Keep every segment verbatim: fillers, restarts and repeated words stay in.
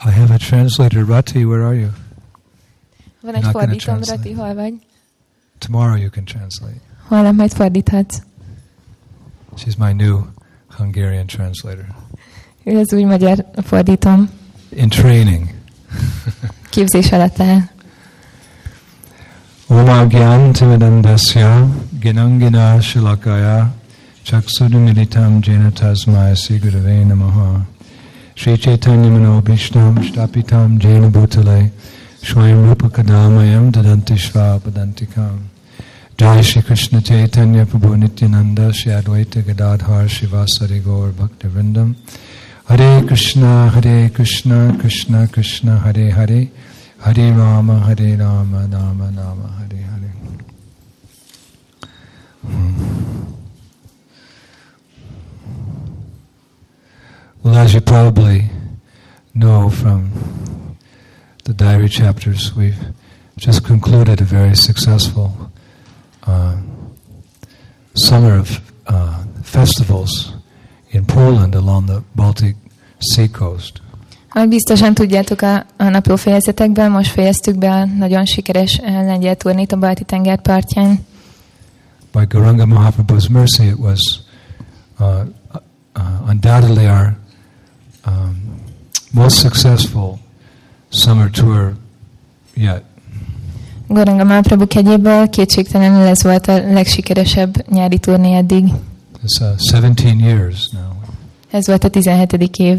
I have a translator. Rati, where are you? Van egy fordítom, Rati, hol vagy? Tomorrow you can translate. Holnap majd fordíthatsz. She's my new Hungarian translator. Ő az új magyar fordítom. In training. Képzés alatt áll. Om Agyan Timidandasya Ginangina Shilakaya Chaksudumilitam Jena Tasmaya Sri Gurave Namaha Sri Chaitanya Manobhishtam Shtapitam Jena Bhutale Shwayam Rupa Kadamayam Dadantishva Padantikam Jai Shri Krishna Chaitanya Prabhu Nityananda Shri Advaita Gadadhar Shivasari Gaur Bhaktivinoda Hare Krishna Hare Krishna Krishna Krishna Hare Hare Hare Rama Hare Rama Rama Rama Hare Hare. Hmm. Well, as you probably know from the diary chapters, we've just concluded a very successful uh, summer of uh, festivals in Poland along the Baltic Sea coast. Ahogy biztosan tudjátok, a, a napló fejezetekben most fejeztük be a nagyon sikeres lengyel turnét a Balti-tenger partján. By Gauranga Mahaprabhu's mercy, it was uh, uh, undoubtedly our um, most successful summer tour yet. Gauranga Mahaprabhu kegyéből kétségtelenül ez volt a legsikeresebb nyári turné eddig. It's uh, seventeen years now. Ez volt a tizenhetedik év.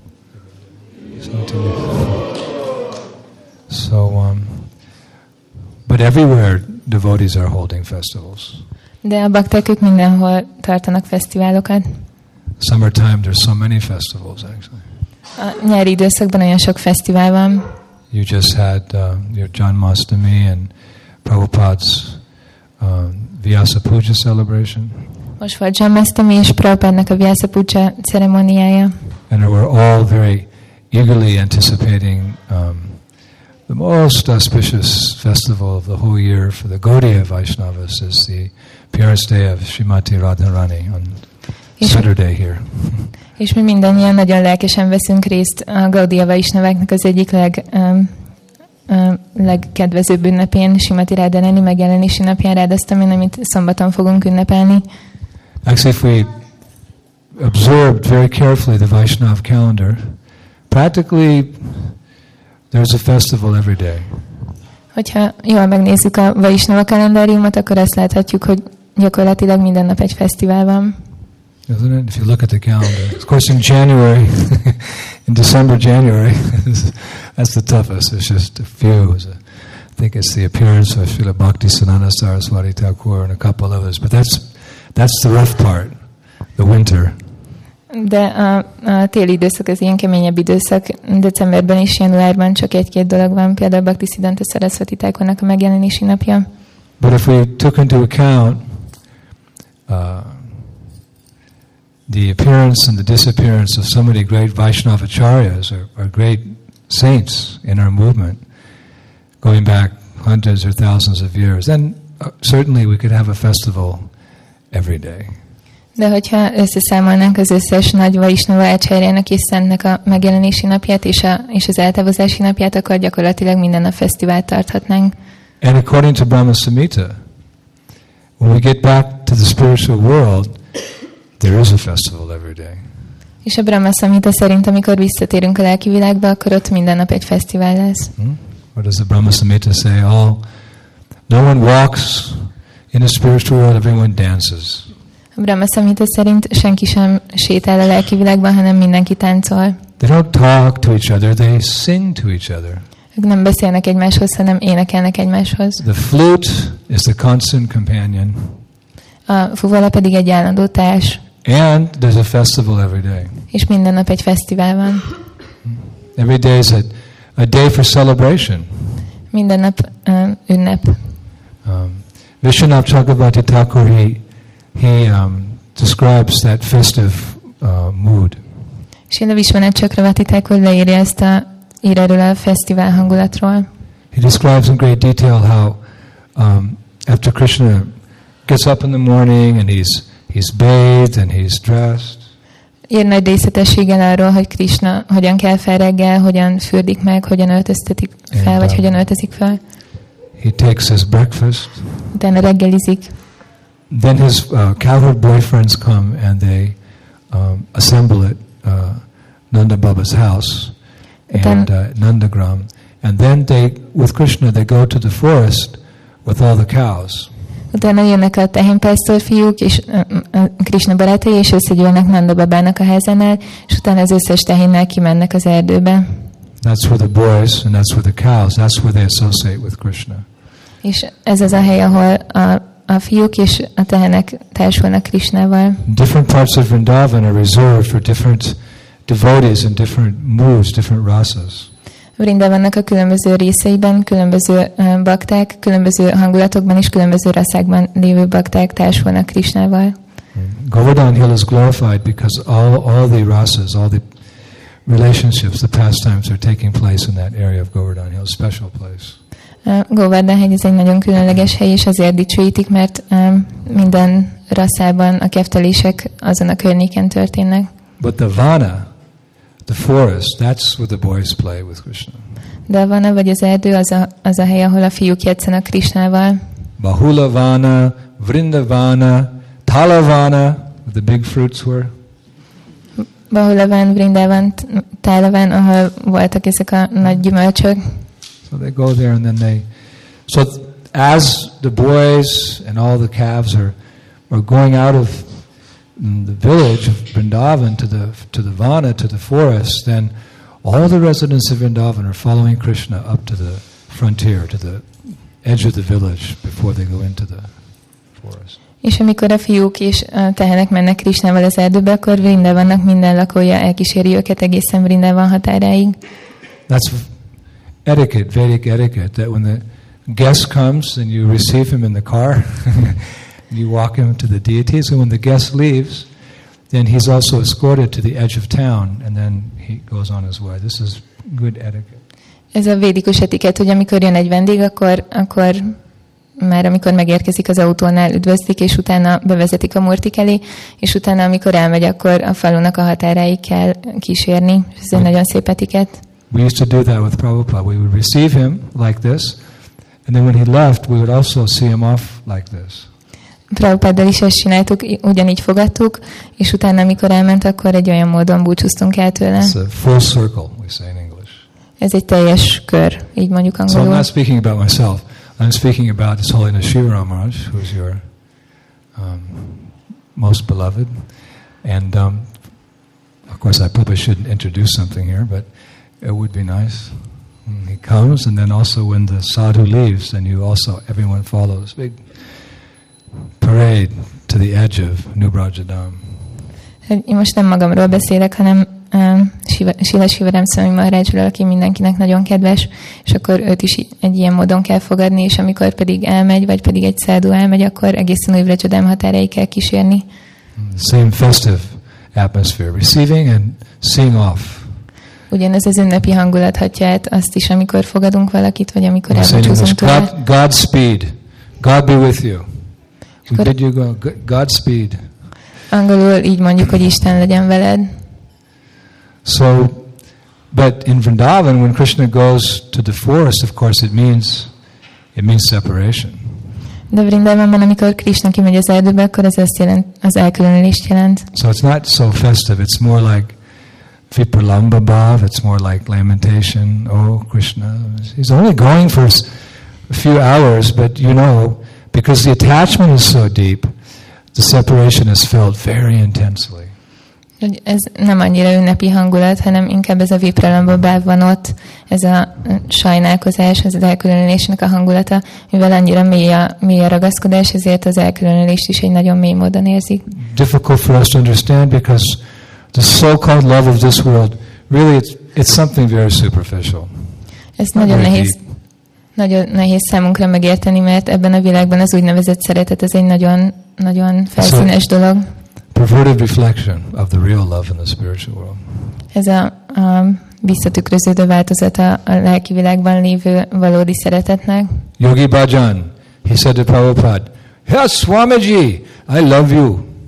So, um, but everywhere devotees are holding festivals. De a bakták ők mindenhol tartanak fesztiválokat. Summertime, there's so many festivals actually. A nyári időszakban olyan sok fesztivál van. You just had uh, your Janmashtami and Prabhupada's uh, Vyasa Puja celebration. Most volt Janmashtami és Prabhupádnak a Vyasa Puja ceremóniája. And we're all very eagerly anticipating um, the most auspicious festival of the whole year for the Gaudiya Vaishnavas is the appearance day of Srimati Radharani on Saturday here. És mi mindannyian nagyon lelkesen veszünk részt a Gaudiya Vaisnaváknak az egyik leg, um, um, legkedvezőbb ünnepén, Srimati Radharani megjelenési napján, Radhasztamin, amit szombaton fogunk ünnepelni. Actually, if we observed very carefully the Vaishnav calendar, practically there's a festival every day. Hogyha jól megnézzük a Vaisnava kalendáriumot, akkor azt láthatjuk, hogy gyakorlatilag minden nap egy fesztivál van. Isn't it? If you look at the calendar. Of course in January, in December, January, that's the toughest. There's just a few. I think it's the appearance of Srila Bhaktisiddhanta Saraswati Thakur and a couple others. But that's that's the rough part, the winter. De a, a téli időszak az ilyen keményebb időszak. Decemberben és januárban csak egy-két dolog van, például Bhaktisiddhanta Saraswati Thakurnak a megjelenési napja. But if we took into account uh, the appearance and the disappearance of so many great Vaishnava acharyas or, or great saints in our movement, going back hundreds or thousands of years, then uh, certainly we could have a festival every day. De hogyha összeszámolnánk az összes nagy Vaisnava ácsárjának és szentnek a megjelenési napját és, a, és az eltávozási napját, akkor gyakorlatilag minden nap fesztivált tarthatnánk. And according to Brahma Samhita, when we get back to the spiritual world, there is a festival every day. És a Brahma Samhita szerint, amikor visszatérünk a lelki világba, akkor ott minden nap egy fesztivál lesz. Hmm? What does the Brahma Samhita say? All, no one walks in the spiritual world, everyone dances. A Brahma Samhita szerint senki sem sétál a lelki világban, hanem mindenki táncol. They don't talk to each other, they sing to each other. Ők nem beszélnek egymáshoz, hanem énekelnek egymáshoz. The flute is the constant companion. A fuvola pedig egy állandó társ. And there's a festival every day. És minden nap egy fesztivál van. Every day is a, a day for celebration. Minden nap uh, ünnep. Um, Vishwanath Chakravarti Thakur, he, he um, describes that festive uh, mood. Srila Vishwanath Chakravarti Thakur leírja ezt a ír erről a fesztivál hangulatról. He describes in great detail how um, after Krishna gets up in the morning and he's he's bathed and he's dressed. ír nagy részletességgel arról, hogy Krishna hogyan kell fel reggel, hogyan fürdik meg, hogyan öltöztetik fel, and, vagy um, hogyan öltözik fel. He takes his breakfast. Utána reggelizik. Then his uh, cowherd boyfriends come and they um, assemble at uh, Nanda Baba's house and uh, Nandagram. And then they, with Krishna, they go to the forest with all the cows. Utána jönnek a tehénpásztor fiúk, és uh, Krishna barátai, és összegyűlnek Nanda Babának a házánál, és utána az összes tehénnel kimennek az erdőbe. That's where the boys and that's where the cows, that's where they associate with Krishna. És ez az a hely, ahol a, a fiúk és a tehenek társulnak Krishnával. Different parts of Vrindavan are reserved for different devotees in different moods, different rasas. Vrindavannak a különböző részeiben, különböző uh, bakták, különböző hangulatokban és különböző raszákban lévő bakták társulnak Krishnával. Govardhan Hill is glorified because all, all the rasas, all the relationships, the pastimes are taking place in that area of Govardhan Hill, special place. Uh, Govardhan hegy ez egy nagyon különleges hely, és azért dicsőítik, mert um, minden rasszában a keftelések azon a környéken történnek. But the vana, the forest, that's where the boys play with Krishna. De a vana, vagy az erdő, az a, az a hely, ahol a fiúk játszanak Krishnával. Bahula vana, Vrindavana, Talavana, where the big fruits were. Bahulavan, Vrindavan, Talavan, ahol voltak ezek a nagy gyümölcsök. So they go there and then they... So th- as the boys and all the calves are, are going out of the village of Vrindavan to the to the Vana, to the forest, then all the residents of Vrindavan are following Krishna up to the frontier, to the edge of the village before they go into the forest. És amikor a fiúk és a tehenek mennek Krishnával az erdőbe, akkor Vrindavannak minden lakója elkíséri őket egészen Vrindavan határáig. That's etiquette, Vedic etiquette, that when the guest comes and you receive him in the car, you walk him to the deities, and when the guest leaves, then he's also escorted to the edge of town, and then he goes on his way. This is good etiquette. Ez a védikus etikett, hogy amikor jön egy vendég, akkor, akkor már amikor megérkezik az autónál, üdvözlik, és utána bevezetik a murtik elé, és utána, amikor elmegy, akkor a falunak a határáig kell kísérni. Ez egy nagyon szép etikett. We used to do that with Prabhupada. We would receive him like this, and then when he left, we would also see him off like this. Prabhupáddal is ezt csináltuk, ugyanígy fogadtuk, és utána, amikor elment, akkor egy olyan módon búcsúztunk el tőle. It's a full circle, we say in English. Ez egy teljes kör, így mondjuk angolul. So I'm not speaking about myself. I'm speaking about His Holiness Shiva Maharaj, who's your um, most beloved. And um, of course, I probably shouldn't introduce something here, but it would be nice. When he comes, and then also when the sadhu leaves, then you also, everyone follows. Big parade to the edge of New Brajadam. Én most nem magamról beszélek, hanem um, Srila Sivaram Swami Maharajról, aki mindenkinek nagyon kedves, és akkor őt is egy ilyen módon kell fogadni, és amikor pedig elmegy, vagy pedig egy szádú elmegy, akkor egészen Új Brajadam határáig kell kísérni. Same festive atmosphere, receiving and seeing off. Ugyanez az ünnepi hangulat hatja át azt is, amikor fogadunk valakit, vagy amikor elbúcsúzunk tőle. God, Godspeed. God be with you. We bid you go. Godspeed. Angolul így mondjuk, hogy Isten legyen veled. So, but in Vrindavan, when Krishna goes to the forest, of course, it means it means separation. De Vrindavanban, amikor Krishna kimegy az erdőbe, akkor ez azt jelent, az elkülönülést jelent. So it's not so festive. It's more like Vipralamba Bhav. It's more like lamentation. Oh, Krishna. He's only going for a few hours, but you know, because the attachment is so deep, the separation is felt very intensely. Ez nem annyira ünnepi hangulat, hanem inkább ez a Vipralamba Bhav van ott, ez a sajnálkozás, ez az elkülönülésnek a hangulata, mivel annyira mély a, mély a ragaszkodás, ezért az elkülönülést is egy nagyon mély módon érzik. Difficult for us to understand because the so-called love of this world, really it's, it's something very superficial. Ez nagyon nehéz, nagyon nehéz számunkra megérteni, mert ebben a világban az úgynevezett szeretet, ez egy nagyon, nagyon felszínes dolog. Perverted reflection of the real love in the spiritual world. Ez a, a visszatükröződő változata a lelki világban lévő valódi szeretetnek. Yogi Bhajan, he said to Prabhupada, "Yes, Swamiji, I love you."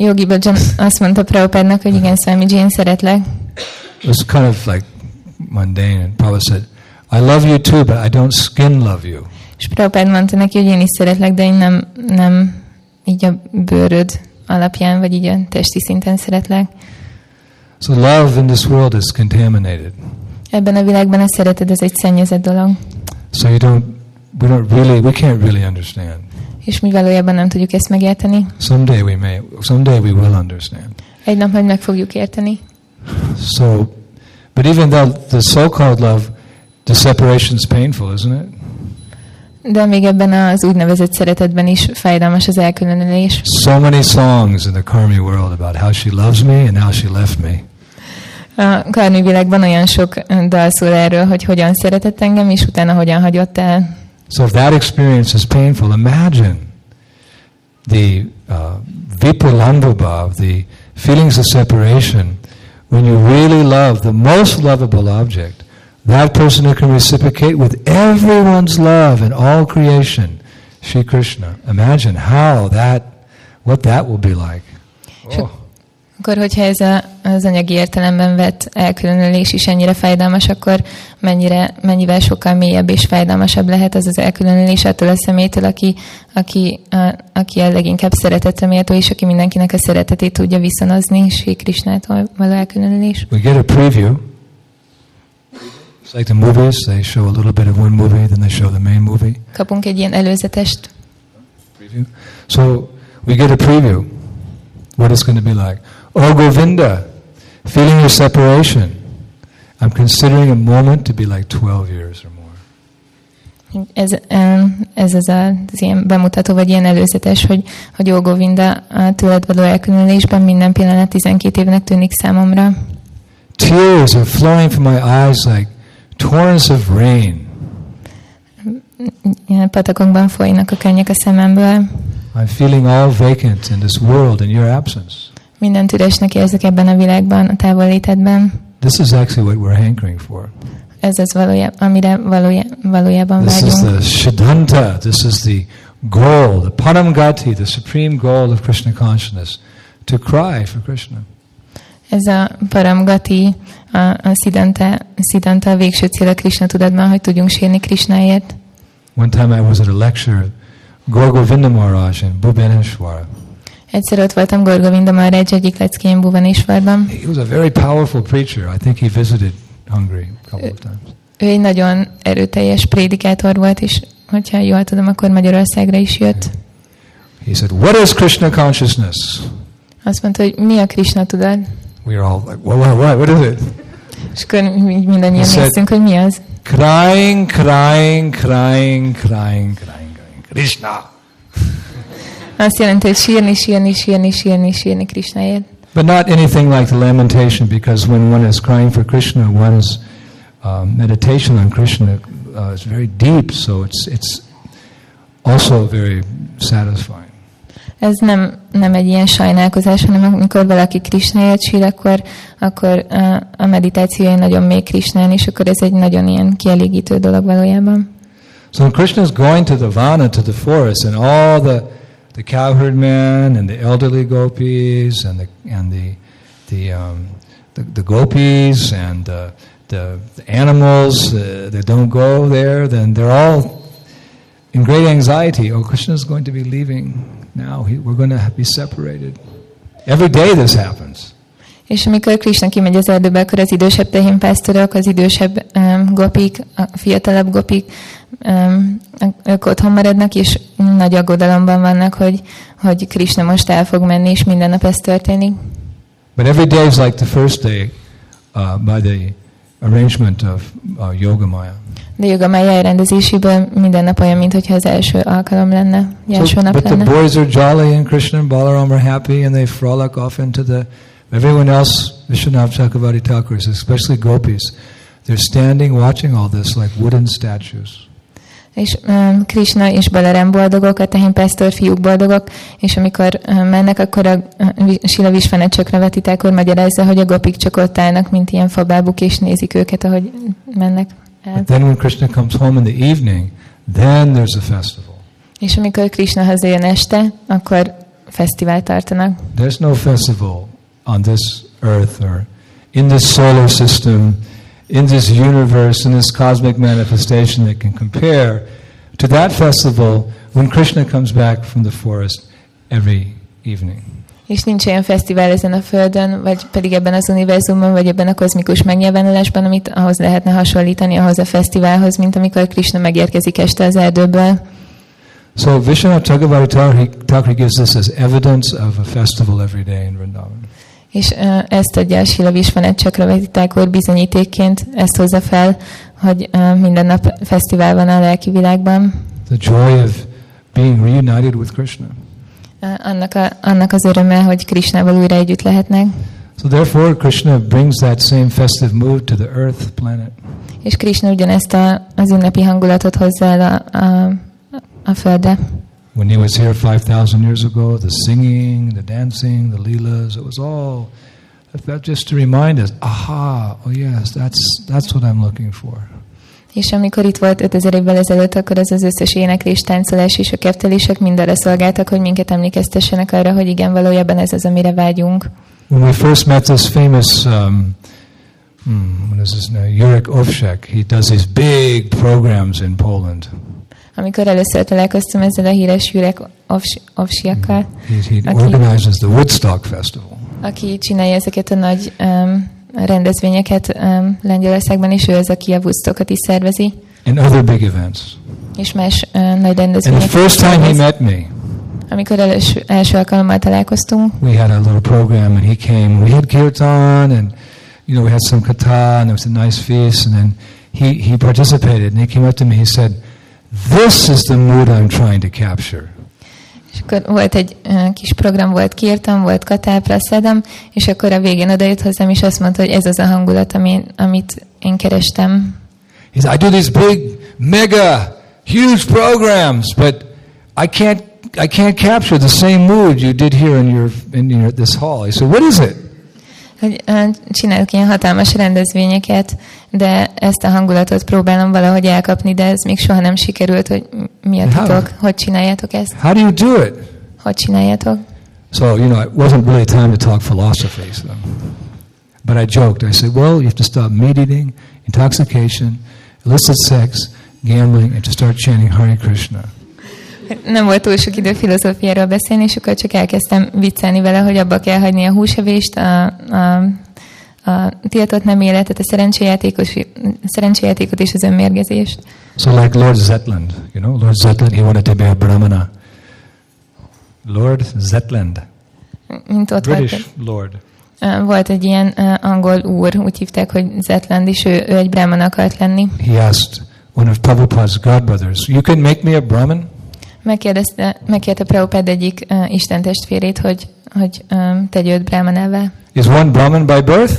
Yogi Bhajan azt mondta Prabhupádnak, hogy igen, Swamiji, én szeretlek. It was kind of like mundane, and Prabhupada said, I love you too, but I don't skin love you. És Prabhupád mondta neki, hogy én is szeretlek, de én nem, nem így a bőröd alapján, vagy így a testi szinten szeretlek. So love in this world is contaminated. Ebben a világban a szeretet, ez egy szennyezett dolog. So you don't, we don't really, we can't really understand. És mi valójában nem tudjuk ezt megérteni. Someday we may, someday we will understand. Egy nap majd meg fogjuk érteni. So, but even though the so-called love, the separation is painful, isn't it? De még ebben az úgynevezett szeretetben is fájdalmas az elkülönülés. So many songs in the Karmi world about how she loves me and how she left me. A karmi világban olyan sok dal szól erről, hogy hogyan szeretett engem, és utána hogyan hagyott el. So if that experience is painful, imagine the uh, vipulambhava, the feelings of separation, when you really love the most lovable object, that person who can reciprocate with everyone's love in all creation, Shri Krishna. Imagine how that, what that will be like. Oh. Akkor, hogyha ez a, az anyagi értelemben vett elkülönülés is ennyire fájdalmas, akkor mennyire, mennyivel sokkal mélyebb és fájdalmasabb lehet az az elkülönülés attól a személytől, aki, aki, a, aki a leginkább szeretetre méltó, és aki mindenkinek a szeretetét tudja viszonozni, Sri Krishnától való elkülönülés. We get a preview. It's like the movies, they show a little bit of one movie, then they show the main movie. Kapunk egy ilyen előzetest. Preview. So we get a preview. What it's going to be like. Oh Govinda, feeling your separation. I'm considering a moment to be like twelve years or more. Ez, ez az az ilyen bemutató, vagy ilyen előzetes, hogy, hogy Ó Govinda, a tőled való elkülönülésben minden pillanat tizenkét évnek tűnik számomra. Tears are flowing from my eyes like torrents of rain. Patakokban folynak a könnyek a szememből. I'm feeling all vacant in this world in your absence. Mindent üresnek érzek ebben a világban, a távollétedben. This is actually what we're hankering for. Ez az valójában, amire valójá, valójában this vágyunk. This is the Siddhanta, this is the goal, the Paramgati, the supreme goal of Krishna consciousness, to cry for Krishna. Ez a Paramgati, a, a Siddhanta, Siddhanta a végső cél a Krishna tudatban, hogy tudjunk sírni Krishnáért. One time I was at a lecture, Gaur Govinda Maharaj in Bhubaneswar. Egyszer ott voltam Gaur Govinda Maharaj egyik leckén Bhubaneswarban. He was a very powerful preacher. I think he visited Hungary a couple of times. Ő egy nagyon erőteljes prédikátor volt, és hogyha jól tudom, akkor Magyarországra is jött. He said, "What is Krishna consciousness?" Azt mondta, hogy mi a Krishna tudat? We are all like, "What? What? What? What is it?" És akkor mindannyian néztünk, hogy mi az. Crying, crying, crying, crying, crying, Krishna. Azt jelenti, hogy sírni, sírni, sírni, sírni, sírni Krishnáért. But not anything like the lamentation, because when one is crying for Krishna, one's uh, meditation on Krishna uh, is very deep, so it's it's also very satisfying. Ez nem, nem egy ilyen sajnálkozás, hanem amikor valaki Krishnáért sír, akkor, akkor a, a meditációja nagyon mély Krishnán, és akkor ez egy nagyon ilyen kielégítő dolog valójában. So when Krishna is going to the vana, to the forest, and all the the cowherd men and the elderly gopis and the and the the um, the, the gopis and the the, the animals uh, that don't go there, then they're all in great anxiety. Oh, Krishna is going to be leaving now. He, we're going to be separated. Every day this happens. És amikor Krishna kimegy az erdőbe, akkor az idősebb tehénpásztorok, az idősebb um, gopik, a fiatalabb gopik, um, ők otthon maradnak, és nagy aggodalomban vannak, hogy, hogy Krishna most el fog menni, és minden nap ez történik. But every day is like the first day uh, by the arrangement of uh, Yogamaya. De Yogamaya elrendezéséből minden nap olyan, mintha az első alkalom lenne, első so, nap but lenne. the boys are jolly and Krishna and Balaram are happy and they frolic off into the... Everyone else, Vishwanath Chakravarti Thakurs, especially gopis, they're standing watching all this like wooden statues. És um, Krishna és Balaram boldogok, a tehénpásztor fiúk boldogok, és amikor um, mennek, akkor a uh, Srila Vishwanath Chakravarti Thakur magyarázza, hogy a gopik csak ott állnak, mint ilyen fabábuk, és nézik őket, ahogy mennek el. But then when Krishna comes home in the evening, then there's a festival. És amikor Krishna hazajön este, akkor fesztivált tartanak. There's no festival on this earth or in this solar system, in this universe, in this cosmic manifestation that can compare to that festival when Krishna comes back from the forest every evening. És nincs olyan fesztivál ezen a földön, vagy pedig ebben az univerzumban, vagy ebben a kozmikus megnyilvánulásban, amit ahhoz lehetne hasonlítani, ahhoz a fesztiválhoz, mint amikor Krishna megérkezik este az erdőből. So Vishwanath Chakravarti Thakur gives this as evidence of a festival every day in Vrindavan. És uh, ezt adja a Srila Vishwanath Chakravarti Thakur bizonyítékként, ezt hozza fel, hogy uh, minden nap fesztivál van a lelki világban. The joy of being reunited with Krishna. Uh, annak, a, annak az öröme, hogy Krishnával újra együtt lehetnek. So therefore Krishna brings that same festive mood to the earth planet. És Krishna ugyanezt a, az ünnepi hangulatot hozza el a, a, a földre. When he was here five thousand years ago, the singing, the dancing, the leelas, it was all that just to remind us, aha, oh yes, that's that's what I'm looking for. És amikor itt volt ötezer évvel ezelőtt, akkor az az összes éneklés, táncolás és a keftelések mind arra szolgáltak, hogy minket emlékeztessenek arra, hogy igen, valójában ez az, amire vágyunk. When we first met this famous, um, hmm, what is his name, Jurek Owsiak, he does these big programs in Poland. Amikor először találkoztam ezzel a híres Jurek Owsiakkal, he, he organizes the Woodstock Festival. Aki csinálja ezeket a nagy um, rendezvényeket um, Lengyelországban, és ő az, aki a Woodstockot is szervezi. And other big events. És más uh, nagy rendezvényeket. And the first time he met me, amikor első, első alkalommal találkoztunk, we had a little program, and he came. We had kirtan, and you know we had some katha, and it was a nice feast. And then he he participated, and he came up to me. He said, "This is the mood I'm trying to capture." És akkor volt egy uh, kis program, volt kirtan, volt katha, prasadam, és akkor a végén odajött hozzám, és azt mondta, hogy ez az a hangulat, ami, amit én kerestem. He said, "I do these big, mega, huge programs, but I can't." I can't capture the same mood you did here in your in your, this hall. He said, "What is it?" Hogy uh, csinálok ilyen hatalmas rendezvényeket, de ezt a hangulatot próbálom valahogy elkapni, de ez még soha nem sikerült, hogy mi a titok, hogy csináljátok ezt. How do you do it? Hogy csináljátok? So, you know, it wasn't really time to talk philosophy, so. But I joked. I said, well, you have to stop meat eating, intoxication, illicit sex, gambling, and to start chanting Hare Krishna. Nem volt túl sok idő filozófiáról beszélni, és akkor csak elkezdtem viccelni vele, hogy abba kell hagyni a húsevést, a, a, a tiltott nem életet, a szerencséjátékot és az önmérgezést. So like Lord Zetland, you know, Lord Zetland, he wanted to be a brahmana. Lord Zetland. Mint ott British Lord. Volt egy ilyen angol úr, úgy hívták, hogy Zetland, és ő, ő egy brahmana akart lenni. He asked one of Prabhupada's godbrothers, you can make me a Brahmin? Megkérdezte, megkérte Prabhupád egyik uh, istentestvérét, hogy, hogy um, tegye őt brahmanává. Is one Brahmin by birth?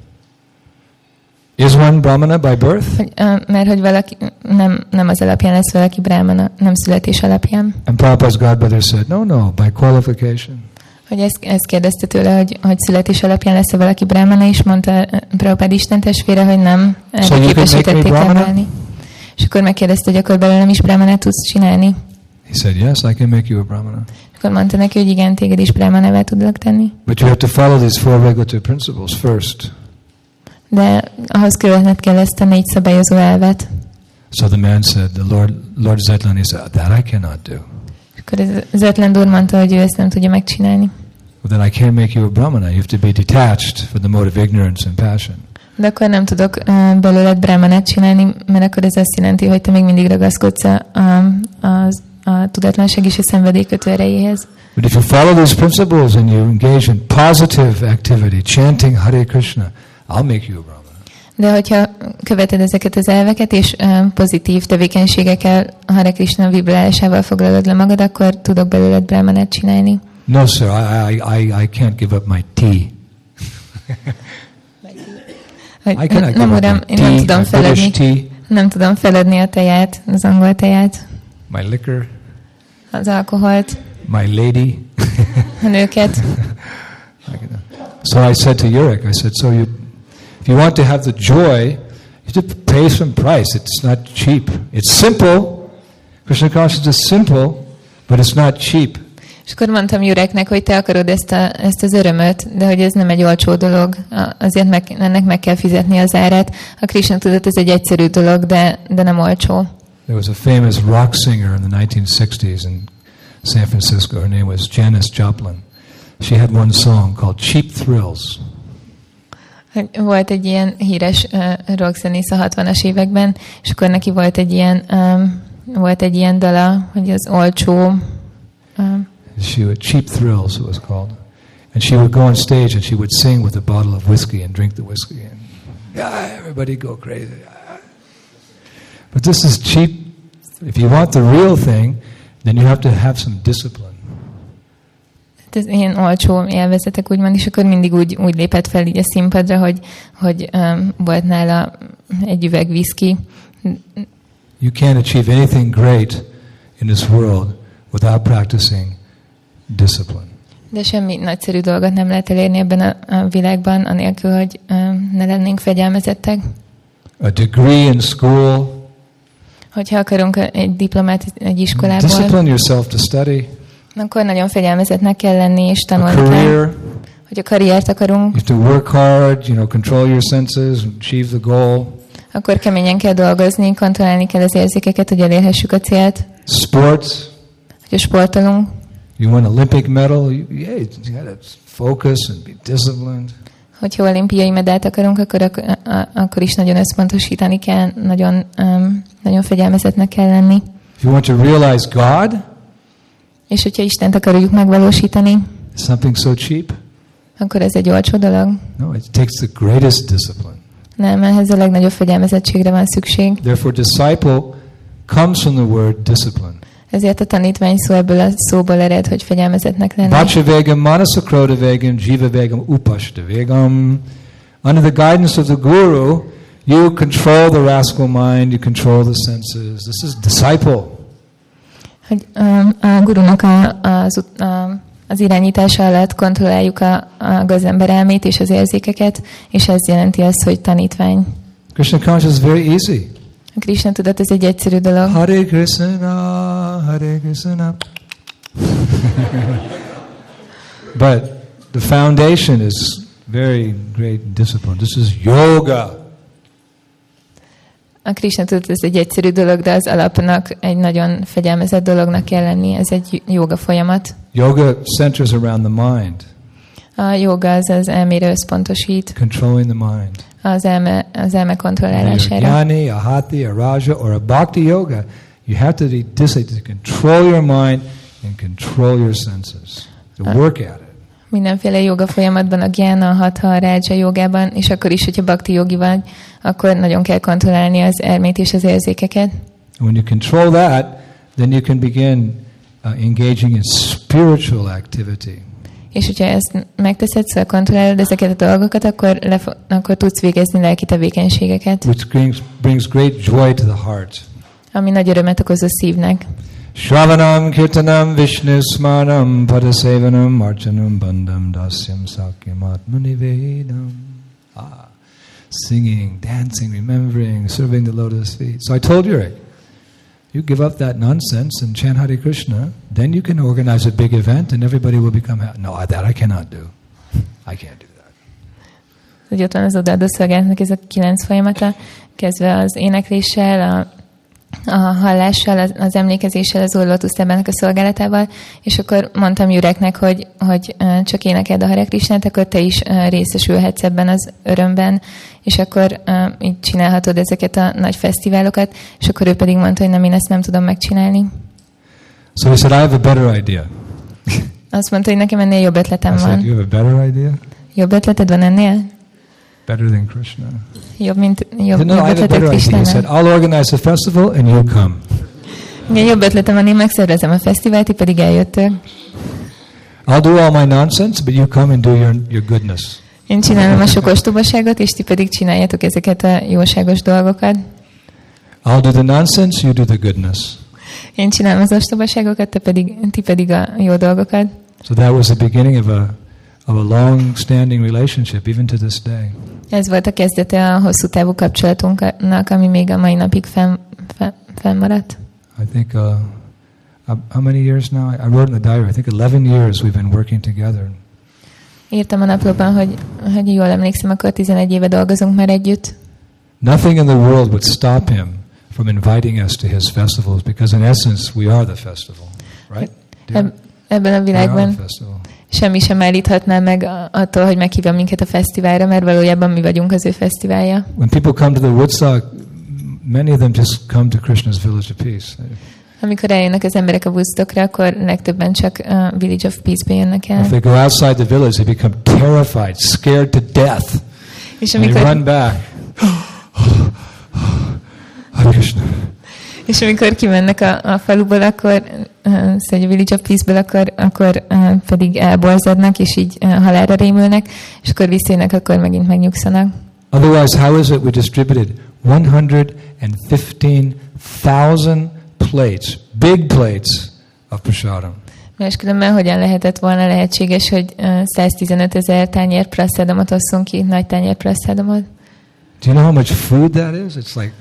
Is one Brahmana by birth? Hogy, uh, mert hogy valaki nem, nem az alapján lesz valaki brahmana, nem születés alapján. And Prabhupada's godbrother said, no, no, by qualification. Hogy ezt, ezt kérdezte tőle, hogy, hogy születés alapján lesz-e valaki brahmana, és mondta Prabhupád istentestvére, hogy nem, erre képesítették el válni. És akkor megkérdezte, hogy akkor belőlem is brahmanát tudsz csinálni. He said, yes, I can make you a brahmana. Akkor mondta neki, hogy igen, téged is brahmanává tudlak tenni. But you have to follow these four regulatory principles first. De ahhoz követned kell ezt a négy szabályozó elvet. So the man said, the Lord, Lord Zetland, he said, that I cannot do. Akkor Zetland úr mondta, hogy ő ezt nem tudja megcsinálni. Well, then I can't make you a brahmana. You have to be detached from the mode of ignorance and passion. De akkor nem tudok uh, belőled brahmanát csinálni, mert akkor ez azt jelenti, hogy te még mindig ragaszkodsz a, a, a tudatlanság és a szenvedélykötő erejéhez. But if you follow these principles and you engage in positive activity, chanting Hare Krishna, I'll make you a brahmana. De hogyha követed ezeket az elveket, és uh, pozitív tevékenységekkel a Hare Krishna vibrálásával foglalod le magad, akkor tudok belőled brahmanát csinálni. No, sir, I, I, I can't give up my tea. Hogy n- nem, uram, én tea, nem tudom feledni, tea, nem tudom feledni a teját, az angol teját, my liquor, az alkoholt, my lady. a nőket. So I said to Jurek, I said, so you, if you want to have the joy, you have to pay some price. It's not cheap. It's simple. Krishna consciousness is simple, but it's not cheap. És akkor mondtam Jureknek, hogy te akarod ezt, a, ezt az örömöt, de hogy ez nem egy olcsó dolog, azért meg, ennek meg kell fizetni az árát. A Krishna tudat ez egy egyszerű dolog, de, de nem olcsó. There was a famous rock singer in the nineteen sixties in San Francisco. Her name was Janis Joplin. She had one song called Cheap Thrills. Volt egy ilyen híres uh, rockzenész a hatvanas években, és akkor neki volt egy ilyen, um, volt egy ilyen dala, hogy az olcsó... Um, she would, Cheap Thrills it was called. And she would go on stage and she would sing with a bottle of whiskey and drink the whiskey. And yeah, everybody go crazy. But this is cheap. If you want the real thing, then you have to have some discipline. Ez ilyen olcsó élvezetek, úgymond, és akkor mindig úgy, úgy lépett fel így a színpadra, hogy, hogy um, volt nála egy üveg viszki. You can't achieve anything great in this world without practicing discipline. De semmi nagyszerű dolgot nem lehet elérni ebben a, a világban, anélkül, hogy um, ne lennénk fegyelmezettek. A degree in school. Hogyha akarunk egy diplomát egy iskolából, discipline yourself to study. Akkor nagyon fegyelmezetnek kell lenni és tanulni kell. Hogy a karriert akarunk. You have to work hard, you know, control your senses, achieve the goal. Akkor keményen kell dolgozni, kontrollálni kell az érzékeket, hogy elérhessük a célt. Sports. Hogy sportolunk. You want an Olympic medal? You, yeah, you got to focus and be disciplined. Hogyha olimpiai medált akarunk, akkor, ak- a- akkor is nagyon összpontosítani kell, nagyon, um, nagyon fegyelmezetnek kell lenni. If you want to realize God, és hogyha Istent akarjuk megvalósítani, something so cheap, akkor ez egy olcsó dolog. No, it takes the greatest discipline. Nem, ehhez a legnagyobb fegyelmezettségre van szükség. Therefore, disciple comes from the word discipline. Ezért a tanítvány szó ebből a szóból ered, hogy fegyelmezetnek lenni. Vachavegam, manasakrodavegam, jivavegam, upashtavegam. Under the guidance of the Guru, you control the rascal mind, you control the senses. This is disciple. Hogy um, a gurunak a, az, a, az irányítása alatt kontrolláljuk a, a gazember elmét és az érzékeket, és ez jelenti azt, hogy tanítvány. Krishna consciousness is very easy. A Krishna tudat ez egy egyszerű dolog. Hare Krishna, Hare Krishna. But the foundation is very great discipline. This is yoga. A Krishna tudat ez egy egyszerű dolog, de az alapnak egy nagyon fegyelmezett dolognak kell lenni. Ez egy joga folyamat. Yoga centers around the mind. A joga az az elmére összpontosít. Controlling the mind. Az elme, az elme kontrollálására. A jnani, a hati, a raja, or a bhakti yoga, you have to be disciplined to control your mind and control your senses. To work at it. Mindenféle joga folyamatban, a gyána, a hatha, a rádzsa jogában, és akkor is, hogyha bhakti jogi vagy, akkor nagyon kell kontrollálni az elmét és az érzékeket. When you control that, then you can begin uh, engaging in spiritual activity. És hogyha ezt megteszed, szóval kontrollálod ezeket a dolgokat, akkor, lefo- akkor tudsz végezni lelki tevékenységeket. Which brings, brings great joy to the heart. Ami nagy örömet okoz a szívnek. Shravanam kirtanam vishnu smaranam padasevanam archanam bandam dasyam sakyam atmanivedam. Ah, singing, dancing, remembering, serving the lotus feet. So I told Yurik, you give up that nonsense and chant Hare Krishna, then you can organize a big event and everybody will become happy. No, that I cannot do. I can't do that. Hogy ott van az odaadó szolgálatnak ez a kilenc folyamata, kezdve az énekléssel, a a hallással, az, az emlékezéssel, az Úr Tisztábának a szolgálatával, és akkor mondtam Jureknek, hogy, hogy uh, csak énekeld a Hare Krishnát, akkor te is uh, részesülhetsz ebben az örömben, és akkor uh, így csinálhatod ezeket a nagy fesztiválokat, és akkor ő pedig mondta, hogy nem, én ezt nem tudom megcsinálni. So he said, I have a better idea. Azt mondta, hogy nekem ennél jobb ötletem I van. said, you have a better idea? Jobb ötleted van ennél? Better than Krishna. Jobb, mint jobb, Said, no, jobb I have a better idea. He said, I'll organize a festival and you'll come. Igen, jobb ötletem van, én megszervezem a fesztivált, ti pedig eljöttök. I'll do all my nonsense, but you come and do your, your goodness. Én csinálom a sok ostobaságot, és ti pedig csináljátok ezeket a jóságos dolgokat. I'll do the nonsense, you do the goodness. Én csinálom az ostobaságokat, te pedig, ti pedig a jó dolgokat. So that was the beginning of a of a long-standing relationship, even to this day. Ez volt a kezdete a hosszú távú kapcsolatunknak, ami még a mai napig fenn, fenn, fennmaradt. I think uh, Uh, how many years now? I, I wrote in the diary, I think eleven years we've been working together. Írtam a naplóban, hogy, hogy jól emlékszem, akkor tizenegy éve dolgozunk már együtt. Nothing in the world would stop him from inviting us to his festivals, because in essence we are the festival, right? Eb- ebben a világban semmi sem állíthatná meg attól, hogy meghívja minket a fesztiválra, mert valójában mi vagyunk az ő fesztiválja. When people come to the Woodstock, many of them just come to Krishna's Village of Peace. Amikor eljönnek az emberek a Woodstockra, akkor legtöbben csak a Village of Peace-be jönnek el. If they go outside the village, they become terrified, scared to death. És amikor, they run back. Krishna. És amikor kimennek a, a faluból, akkor, uh, szóval a Village of Peace-ből, akkor, akkor uh, pedig elborzadnak, és így uh, halálra rémülnek, és akkor visszajönnek, akkor megint megnyugszanak. Otherwise, how is it we distributed one hundred fifteen thousand plates, big plates of prasadam? Máskülönben hogyan lehetett volna lehetséges, hogy uh, száztizenöt ezer tányér prasadamot osszunk ki, nagy tányér prasadamot? Do you know how much food that is? It's like...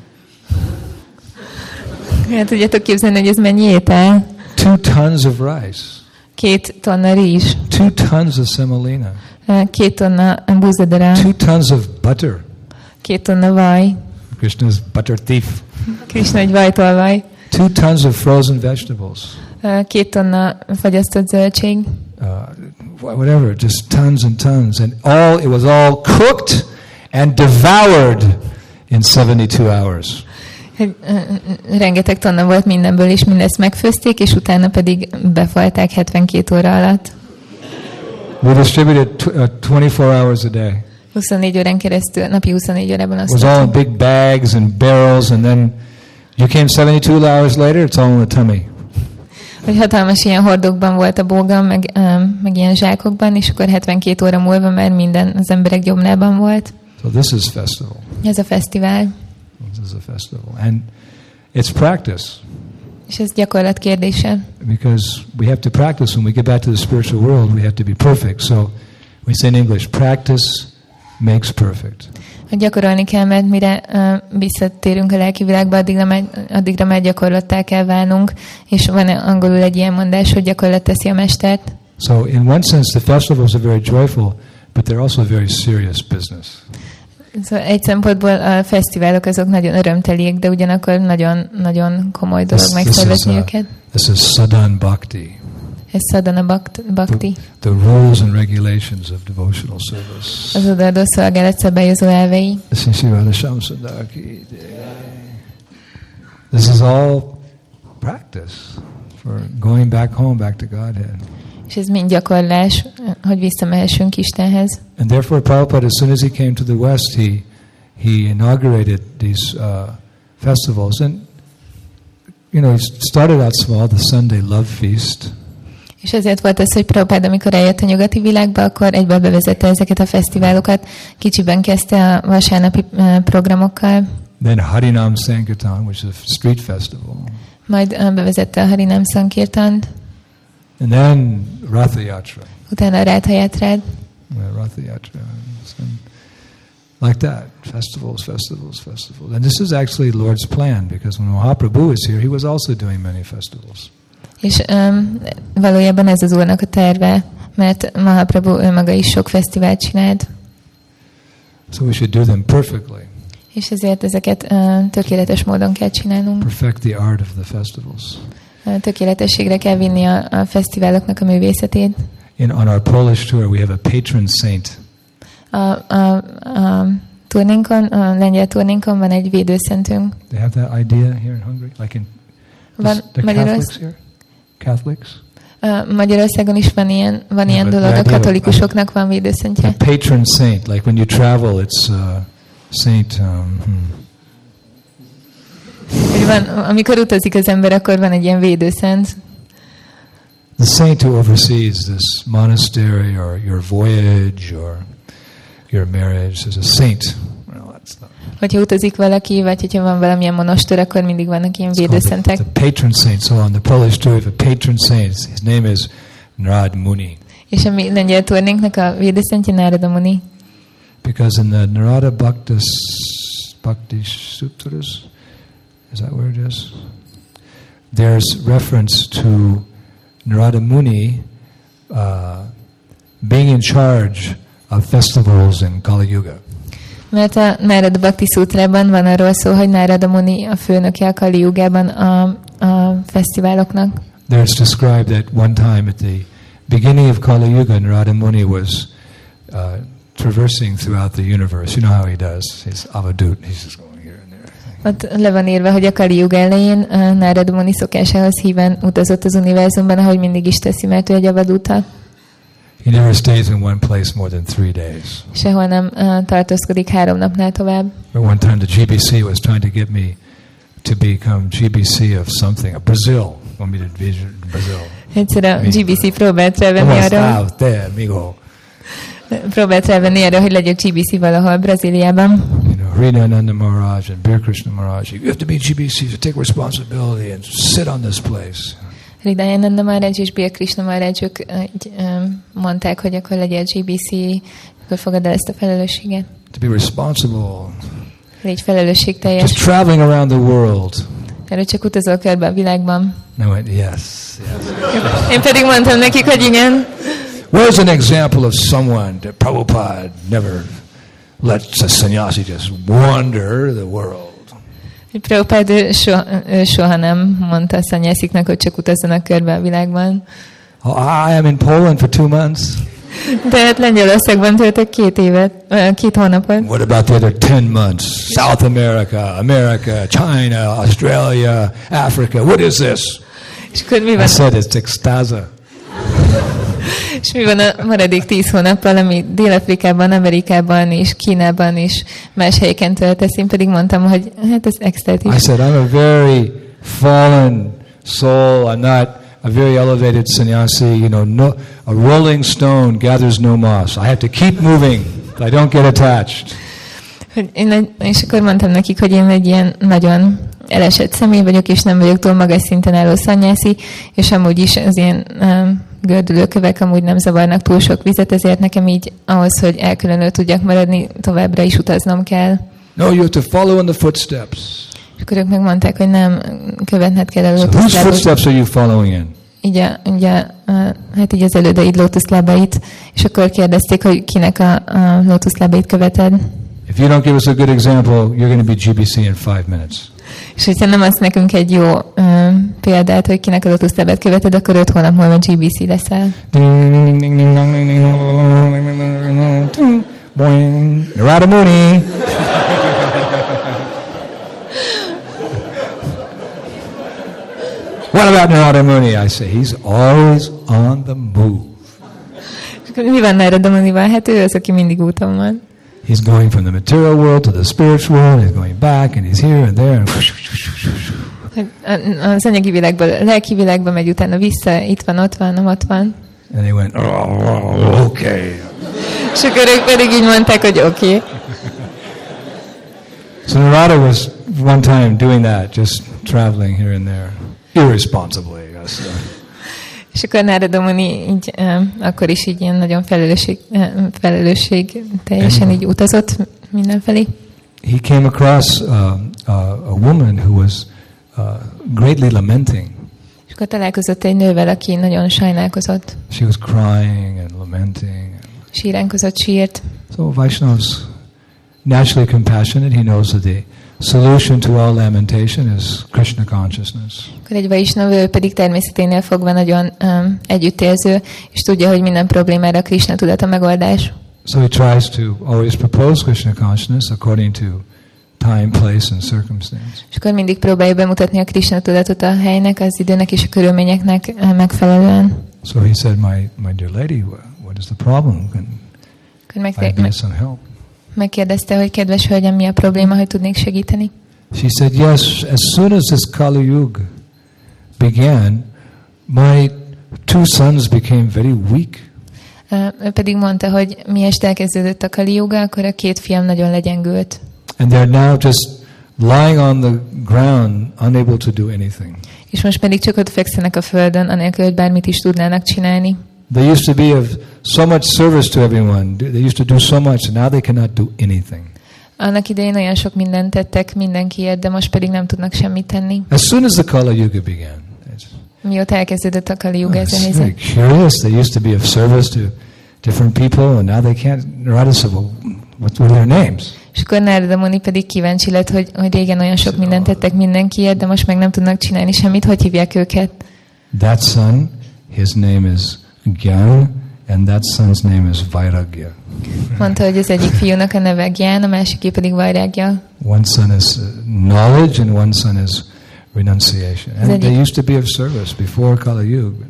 Hát tudjátok képzelni, hogy ez mennyi étel? Two tons of rice. Két tonna rizs. Two tons of semolina. Két tonna búzadara. Two tons of butter. Két tonna vaj. Krishna's butter thief. Krishna egy vajtolvaj. Two tons of frozen vegetables. Két tonna fagyasztott zöldség. Uh, whatever, just tons and tons. And all, it was all cooked and devoured in seventy-two hours. Rengeteg tonna volt mindenből, és mindezt megfőzték, és utána pedig befalták hetvenkét óra alatt. We distributed twenty-four hours a day. huszonnégy órán keresztül, napi huszonnégy órában osztottunk. It was all in big bags and barrels, and then you came seventy-two hours later, it's all in the tummy. Hogy hatalmas ilyen hordókban volt a bóga, meg, um, meg ilyen zsákokban, és akkor hetvenkét óra múlva már minden az emberek gyomrában volt. So this is festival. Ez a fesztivál. This is a festival. And it's practice. És ez gyakorlat kérdése. Because we have to practice when we get back to the spiritual world, we have to be perfect. So we say in English, practice makes perfect. Gyakorolni kell, mert mire uh, visszatérünk a lelki világba, addigra már, addigra már gyakorlattá kell válnunk, és van angolul egy ilyen mondás, hogy gyakorlat teszi a mestert. So in one sense the festivals are very joyful, but they're also very serious business. Szóval egy szempontból a fesztiválok azok nagyon örömteliek, de ugyanakkor nagyon, nagyon komoly dolog this, megszervezni this őket. This is sadhana bhakti. Ez sadhana bhakti. The, the rules and regulations of devotional service. Az odaadó szolgálat szabályozó elvei. This is all practice for going back home, back to Godhead. És ez mind gyakorlás, hogy visszamehessünk Istenhez. And therefore Prabhupada, as soon as he came to the West, he he inaugurated these uh, festivals. And you know, he started out small, the Sunday Love Feast. És ezért volt az, hogy Prabhupád, amikor eljött a nyugati világba, akkor egyből bevezette ezeket a fesztiválokat. Kicsiben kezdte a vasárnapi uh, programokkal. Then Harinam Sankirtan, which is a street festival. Majd uh, bevezette a Harinam Sankirtant. And then Ratha Yatra. Utána a Rátha Yatrád. Yeah, Ratha Yatra. Like that. Festivals, festivals, festivals. And this is actually Lord's plan, because when Mahaprabhu was here, he was also doing many festivals. És um, valójában ez az Úrnak a terve, mert Mahaprabhu ő maga is sok fesztivált csinált. So we should do them perfectly. És ezért ezeket uh, tökéletes módon kell csinálnunk. Perfect the art of the festivals. Uh, tökéletességre kell vinni a, a fesztiváloknak a művészetét. In on our Polish tour we have a patron saint. A, a, a turnénkon, a lengyel turnénkon van egy védőszentünk. They have that idea here in Hungary, like in van the Catholics here. Catholics? Uh, Magyarországon is van ilyen, van yeah, ilyen dolog, a katolikusoknak van védőszentje. A patron saint, like when you travel, it's uh, Saint. Um, hmm. Van, amikor utazik az ember, akkor van egy ilyen védőszent. The saint who oversees this monastery or your voyage or your marriage is a saint. Well, that's not. Hogyha utazik valaki, vagy hogyha van valamilyen monostor, akkor mindig vannak ilyen védőszentek. The, the patron saint, so on the Polish tour, we have a patron saint. His name is Narad Muni. És a mi lengyel turnénknak a védőszentje Narada Muni. Because in the Narada Bhaktas, Bhakti Sutras, is that where it is? there's reference to Narada Muni uh, being in charge of festivals in Kali Yuga. Mert a Narada Bhakti Sutrában van arról szó, hogy Narada Muni a főnöke a Kali Yugában a, a fesztiváloknak. There it's described that one time at the beginning of Kali Yuga, Narada Muni was uh, traversing throughout the universe. You know how he does. He's avadut. He's just going here and there. Ott le van írva, hogy a Kali Yuga elején uh, Narada Muni szokásához híven utazott az univerzumban, ahogy mindig is teszi, mert ő egy avaduta. He never stays in one place more than three days. Sehol nem uh, tartózkodik három napnál tovább. But one time the G B C was trying to get me to become G B C of something, of Brazil. Want me to visit Brazil. Egyszer a G B C próbált rávenni arra. Out there, amigo. Próbált rávenni arra, hogy legyek G B C valahol Brazíliában. You know, Hridayananda Maharaj and Bir Krishna Maharaj, you have to be G B C to take responsibility and sit on this place. Hridayananda Maharaj és Bir Krishna Maharaj ők mondták, hogy akkor legyél G B C, akkor fogad el ezt a felelősséget. To be responsible. Légy felelősségteljes. Just traveling around the world. Erről csak utazol körbe a világban. I went, yes, yes. Én pedig mondtam nekik, hogy igen. Where's an example of someone that Prabhupada never lets a sannyasi just wander the world? Prabhupada ő soha, ő soha nem mondta a szanyásziknak, hogy csak utazzanak körbe a világban. Oh, I am in Poland for two months. De hát Lengyelországban töltök két évet, két hónapot. What about the other ten months? South America, America, China, Australia, Africa. What is this? És akkor mi van? I said it's extasa. És mi van a maradék tíz hónappal, ami Dél-Afrikában, Amerikában és Kínában és más helyeken töltesz? Én pedig mondtam, hogy hát ez extátis. I said I'm a very fallen soul. I'm not a very elevated sannyasi. You know, no, a rolling stone gathers no moss. I have to keep moving. I don't get attached. Én, és akkor mondtam nekik, hogy én egy ilyen nagyon elesett személy vagyok, és nem vagyok túl magas szinten álló szanyászi, és amúgy is az ilyen um, gördülőkövek amúgy nem zavarnak túl sok vizet, ezért nekem így ahhoz, hogy elkülönül tudjak maradni, továbbra is utaznom kell. No, you have to follow in the footsteps. És akkor ők megmondták, hogy nem, követned kell a So whose footsteps are you following in? Így, a, ugye, a, hát így az elődeid lótuszlábait, és akkor kérdezték, hogy kinek a, a lótuszlábait követed. If you don't give us a good example, you're going to be G B C in five minutes. És hogyha nem adsz nekünk egy jó uh, példát, hogy kinek a lótuszlábát követed, akkor öt hónap múlva G B C leszel. Narada Muni. What about Narada Muni? I say he's always on the move. Mi van Narada Munival? Hát ő az, aki mindig úton van. He's going from the material world to the spiritual world. He's going back, and he's here and there. Az anyagi világból a lelki világba megy, utána vissza, itt van, ott van, ott van. And they went, oh, okay. És akkor ők pedig így mondták, hogy oké. Okay. So Narada was one time doing that, just traveling here and there, irresponsibly, I guess. És akkor Narada Muni így, um, akkor is így ilyen nagyon felelősség, um, felelősség teljesen így utazott mindenfelé. He came across uh, uh, a woman who was uh, greatly lamenting. És akkor találkozott egy nővel, aki nagyon sajnálkozott. She was crying and lamenting. Síránkozott, sírt. So Vaishnav's naturally compassionate. He knows that the solution to all lamentation is Krishna consciousness. Akkor egy Vaishnava, ő pedig természeténél fogva nagyon um, együttérző, és tudja, hogy minden problémára Krishna tudat a megoldás. So he tries to always propose Krishna consciousness according to time, place and circumstance. És akkor mindig próbálja bemutatni a Krishna tudatot a helynek, az időnek és a körülményeknek uh, megfelelően. So he said, my, my dear lady, what is the problem? Can I be some help? Megkérdezte, hogy kedves hölgyem, mi a probléma, hogy tudnék segíteni? She said, yes, as soon as this Kali Yuga began, my two sons became very weak. Uh, ő pedig mondta, hogy miest elkezdődött a Kali Yuga, akkor a két fiam nagyon legyengült. And they're now just lying on the ground, unable to do anything. És most pedig csak ott fekszenek a földön, anélkül, hogy bármit is tudnának csinálni. They used to be of so much service to everyone. They used to do so much, and now they cannot do anything. Annak idején olyan sok mindent tettek mindenkiért, de most pedig nem tudnak semmit tenni. As soon as the Kali Yuga began, Mióta elkezdődött a Kali Yuga, ez a It's very helyzet. curious. They used to be of service to different people, and now they can't. Narada said, well, what were their names? És akkor Nárada Muni pedig kíváncsi lett, hogy, hogy régen olyan sok mindent tettek mindenkiért, de most meg nem tudnak csinálni semmit. Hogy hívják őket? That son, his name is Gyan, and that son's name is Vairagya. Mondta, hogy az egyik fiúnak a neve Gyán, a másiké pedig Vairagya. One son is uh, knowledge, and one son is renunciation. And they used to be of service before Kali Yuga.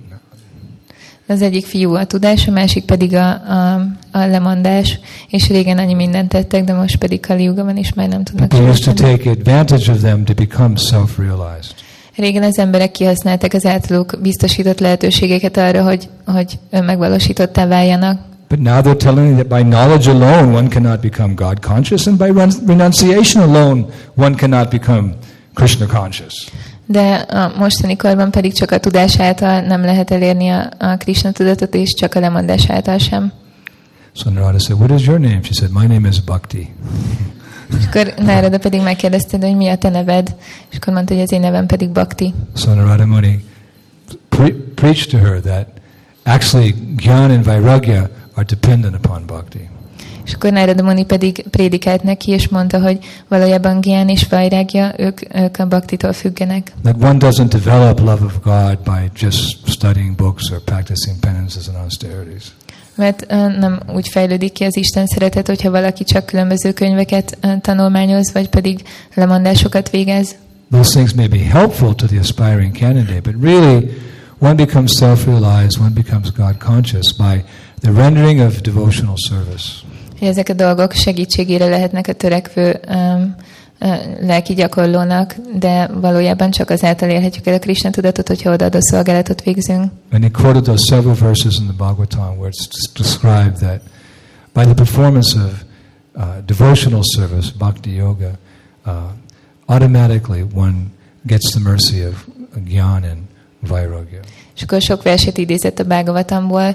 Az egyik fiú a tudás, a másik pedig a, a, a lemondás, és régen annyi mindent tettek, de most pedig Kali Yuga van, és már nem tudnak People used to csinálni. take advantage of them to become self-realized. Régen az emberek kihasználták az általuk biztosított lehetőségeket arra, hogy, hogy önmegvalósítottá váljanak. But now they're telling you that by knowledge alone one cannot become God conscious, and by ren- renunciation alone one cannot become Krishna conscious. De a mostani korban pedig csak a tudás által nem lehet elérni a, a Krishna tudatot, és csak a lemondás által sem. So Narada said, what is your name? She said, my name is Bhakti. És akkor Nárada pedig megkérdezte, hogy mi a te neved, és akkor mondta, hogy az én nevem pedig Bhakti. So Narada Muni pre- preached to her that actually Gyan and Vairagya are dependent upon Bhakti. És akkor Nárada Muni pedig prédikált neki, és mondta, hogy valójában Gyán és Vairagya, ők, ők a Bhaktitól függenek. That one doesn't develop love of God by just studying books or practicing penances and austerities. Mert uh, nem úgy fejlődik ki az Isten szeretet, hogyha valaki csak különböző könyveket uh, tanulmányoz, vagy pedig lemondásokat végez. Those things may be helpful to the aspiring candidate, but really one becomes self-realized, one becomes God conscious by the rendering of devotional service. Ezek a dolgok segítségére lehetnek a törekvő um, uh, lelki gyakorlónak, de valójában csak azáltal érhetjük el a Krishna tudatot, hogyha odaadó szolgálatot végzünk. And he quoted those several verses in the Bhagavatam where it's described that by the performance of uh, devotional service, bhakti yoga, uh, automatically one gets the mercy of Gyan and Vairagya. És akkor sok verset idézett a Bhagavatamból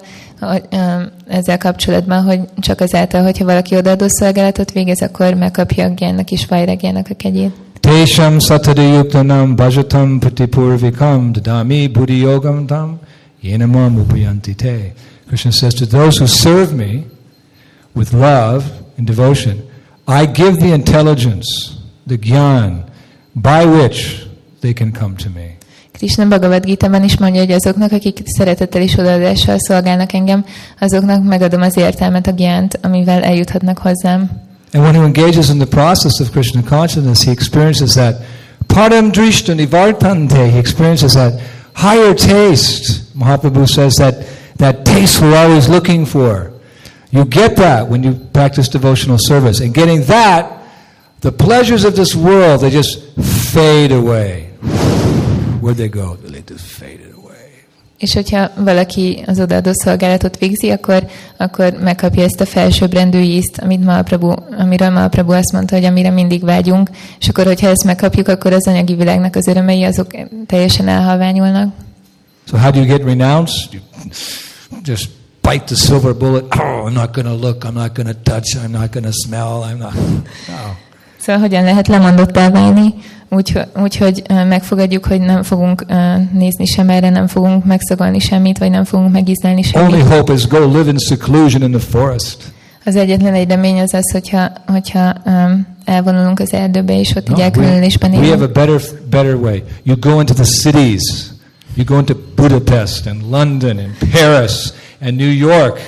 ezzel kapcsolatban, hogy csak azáltal, hogyha valaki odaadó szolgálatot végez, akkor megkapja a Gyánnak és Vairagjának a kegyét. Tesham satadayuktanam bhajatam pratipurvikam dadami buddhi yogam tam yenamam upayanti te. Krishna says, to those who serve me with love and devotion, I give the intelligence, the gyan, by which they can come to me. Krishna Bhagavad Gita-ban is mondja, hogy azoknak, akik szeretettel és odaadással szolgálnak engem, azoknak megadom az értelmet, a gyánt, amivel eljuthatnak hozzám. And when he engages in the process of Krishna consciousness, he experiences that param drishta nivartante, he experiences that higher taste. Mahaprabhu says that that taste we're always looking for. You get that when you practice devotional service. And getting that, the pleasures of this world, they just fade away. Where'd they go? They just faded away. És hogyha valaki az odaadó szolgálatot végzi, akkor, akkor megkapja ezt a felsőbbrendű ízt, amit Mahaprabhu, amiről Mahaprabhu azt mondta, hogy amire mindig vágyunk, és akkor, hogyha ezt megkapjuk, akkor az anyagi világnak az örömei, azok teljesen elhalványulnak. So how do you get renounced? You just bite the silver bullet. Oh, I'm not going to look, I'm not going to touch, I'm not going to smell, I'm not... No. Szóval hogyan lehet lemondottá válni? Úgy, úgy, hogy megfogadjuk, hogy nem fogunk nézni sem erre, nem fogunk megszagolni semmit, vagy nem fogunk megízlelni semmit. Only hope is go live in seclusion in the forest. Az egyetlen egy remény az az, hogyha, hogyha um, elvonulunk az erdőbe, és ott No, így elkülönülésben we, we have élünk. a better, better way. You go into the cities. You go into Budapest and London and Paris and New York.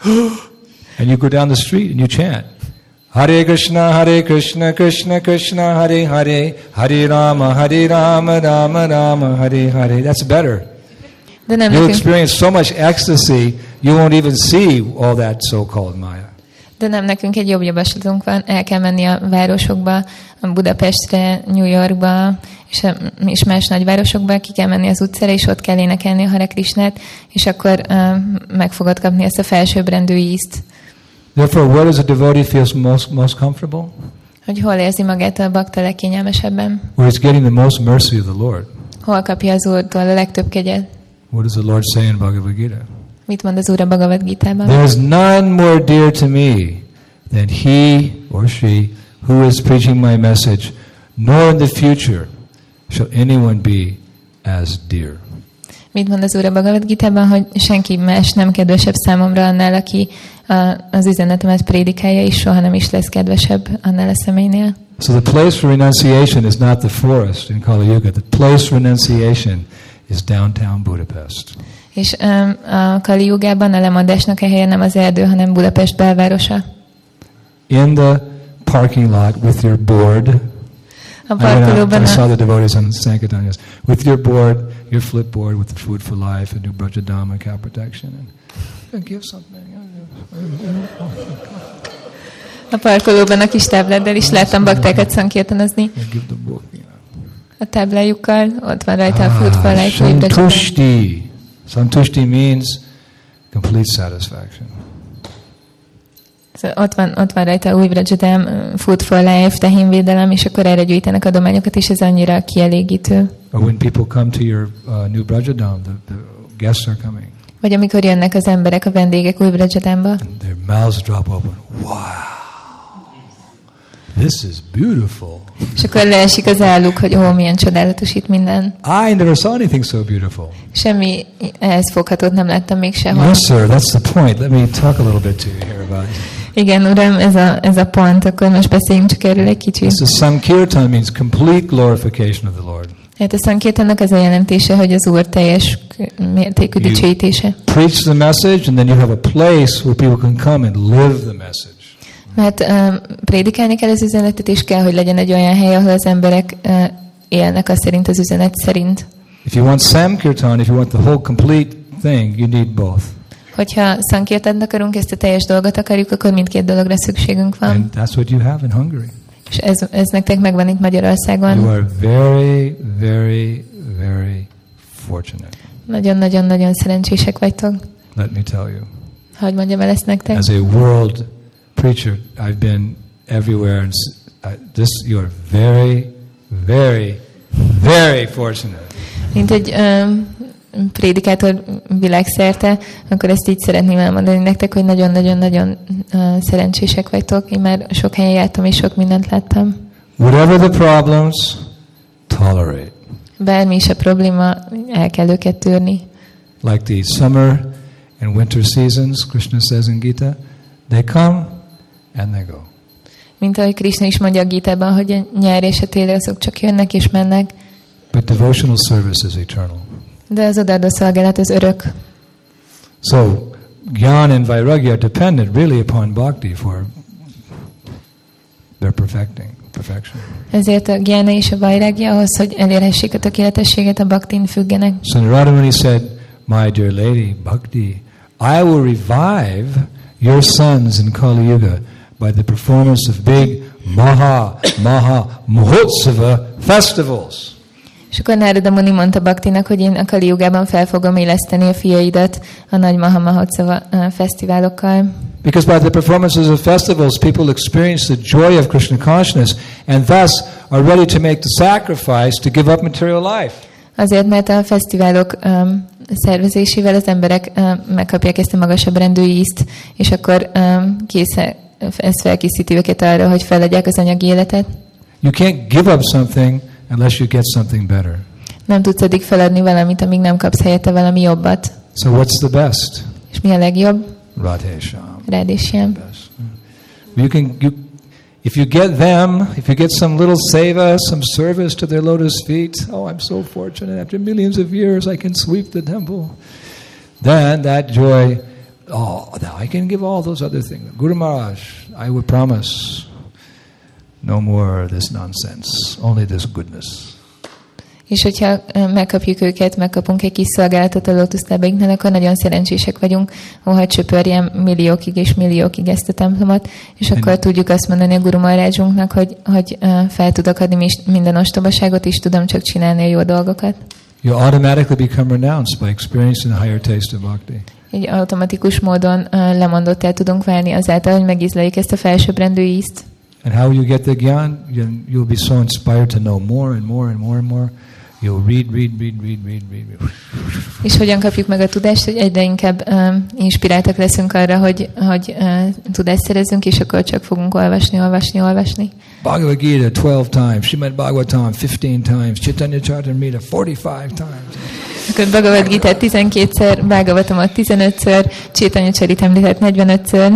And you go down the street and you chant. Hare Krishna, Hare Krishna, Krishna Krishna, Hare Hare, Hare Rama, Hare Rama, Rama Rama, Hare Hare. That's better. De nem You'll nekünk, experience so much ecstasy, you won't even see all that so-called Maya. de nem nekünk egy jobb javaslatunk van, el kell menni a városokba, a Budapestre, New Yorkba, és, a, és más nagyvárosokba, ki kell menni az utcára, és ott kell énekelni a Hare Krishnát, és akkor uh, meg fogod kapni ezt a felsőbbrendű ízt. Therefore, where does a devotee feel most, most comfortable? Hogy hol érzi magát a bakta legkényelmesebben? Where he's getting the most mercy of the Lord. Hol kapja az Úrtól a legtöbb kegyet? What does the Lord say in Bhagavad Gita? Mit mond az Úr a Bhagavad Gitában? There is none more dear to me than he or she who is preaching my message, nor in the future shall anyone be as dear. Mit mond az Úr a Bhagavad Gitában, hogy senki más nem kedvesebb számomra annál, aki a, az üzenetemet prédikálja, és soha nem is lesz kedvesebb annál a személynél. So the place for renunciation is not the forest in Kali Yuga. The place for renunciation is downtown Budapest. És um, a Kali Yugában a lemondásnak a helye nem az erdő, hanem Budapest belvárosa. In the parking lot with your board. A parkolóban I, I saw the devotees on Sankirtan, yes. With your board, your flipboard with the Food for Life and New Brajadama cow protection. And give something. A parkolóban a kis tábláddal is láttam baktákat szankirtanozni. A táblájukkal, ott van rajta a Food for Life. Santushti. Santushti means complete satisfaction. Szóval ott van, ott van rajta új Brajadam, Food for Life, tehénvédelem, és akkor erre gyűjtenek adományokat, és ez annyira kielégítő. Or when people come to your uh, New Brajadam, the, the guests are coming. Vagy amikor jönnek az emberek, a vendégek új Brajadamba. Their mouths drop open. Wow! This is beautiful. És akkor leesik az álluk, hogy ó, milyen csodálatos itt minden. I never saw anything so beautiful. Semmi ehhez foghatót nem láttam még sehol. Yes, sir, that's the point. Let me talk a little bit to you here about it. Igen, uram, ez a, ez a pont, akkor most beszéljünk csak erről egy kicsit. So Sankirtan means complete glorification of the Lord. Hát a Sankirtannak az a jelentése, hogy az Úr teljes mértékű dicsőítése. Preach the message and then you have a place where people can come and live the message. Mert um, prédikálni kell az üzenetet, és kell, hogy legyen egy olyan hely, ahol az emberek uh, élnek azt szerint, az üzenet szerint. If you want Sankirtan, if you want the whole complete thing, you need both. Hogyha Sankirtant akarunk, ezt a teljes dolgot akarjuk, akkor mindkét dologra szükségünk van. And that's what you have in Hungary. És ez, ez nektek megvan itt Magyarországon. You are very, very, very fortunate. Nagyon-nagyon-nagyon szerencsések vagytok. Let me tell you. Hogy mondjam el ezt nektek? As a world preacher, I've been everywhere, and I, this you are very, very, very fortunate. Mint egy um, prédikátor világszerte, akkor ezt így szeretném elmondani nektek, hogy nagyon-nagyon-nagyon uh, szerencsések vagytok. Én már sok helyen jártam, és sok mindent láttam. Whatever the problems, tolerate. Bármi is a probléma, el kell őket tűrni. Like the summer and winter seasons, Krishna says in Gita, they come and they go. Mint ahogy Krishna is mondja a Gitában, hogy a nyár és a tél azok csak jönnek és mennek. But devotional service is eternal. De az odaadó szolgálat az örök. So, Gyan and Vairagya are dependent really upon bhakti for their perfecting, perfection. Ezért a Gyána és a Vairagya ahhoz, hogy elérhessék a tökéletességet, a bhaktin függenek. So Narada Muni said, my dear lady, bhakti, I will revive your sons in Kali Yuga by the performance of big Maha, Maha, Mahotsava festivals. És akkor Nárada Muni mondta Bhaktinak, hogy én a Kali Yugában fel fogom éleszteni a fiaidat a nagy Maha Mahotsava fesztiválokkal. Because by the performances of festivals, people experience the joy of Krishna consciousness and thus are ready to make the sacrifice to give up material life. Azért, mert a fesztiválok um, szervezésével az emberek um, megkapják ezt a magasabb rendű ízt, és akkor um, kész, ez felkészíti őket arra, hogy feladják az anyagi életet. You can't give up something unless you get something better. Nem tudsz eddig feladni valamit, amíg nem kapsz helyette valami jobbat. So what's the best? És mi a legjobb? Radhesham. Radhesham. You can, you, if you get them, if you get some little seva, some service to their lotus feet, oh, I'm so fortunate. After millions of years, I can sweep the temple. Then that joy, oh, now I can give all those other things. Guru Maharaj, I would promise no more of this nonsense, only this goodness. És hogyha megkapjuk őket, megkapunk egy kis szolgálatot a lótuszlábaiknál, akkor nagyon szerencsések vagyunk, ha csöpörjem milliókig és milliókig ezt a templomot, és akkor and tudjuk azt mondani a Guru Maharajjunknak, hogy, hogy fel tudok adni minden ostobaságot, és tudom csak csinálni a jó dolgokat. You automatically become renounced by experiencing the higher taste of bhakti. Így automatikus módon uh, lemondottá tudunk válni azáltal, hogy megízleljük ezt a felsőbbrendű ízt. And how you get the gyan? You'll be so inspired to know more and more and more and more. You'll read, read, read, read, read, read. És hogyan kapjuk meg a tudást, hogy egyre inkább um, inspiráltak leszünk arra, hogy, hogy uh, tudást szerezzünk, és akkor csak fogunk olvasni, olvasni, olvasni. Bhagavad Gita twelve times, Srimad Bhagavatam fifteen times, Chaitanya Charitamrita forty-five times. Akkor Bhagavad Gita tizenkétszer, Bhagavatamot tizenötször, Chaitanya Charitamritet negyvenötször.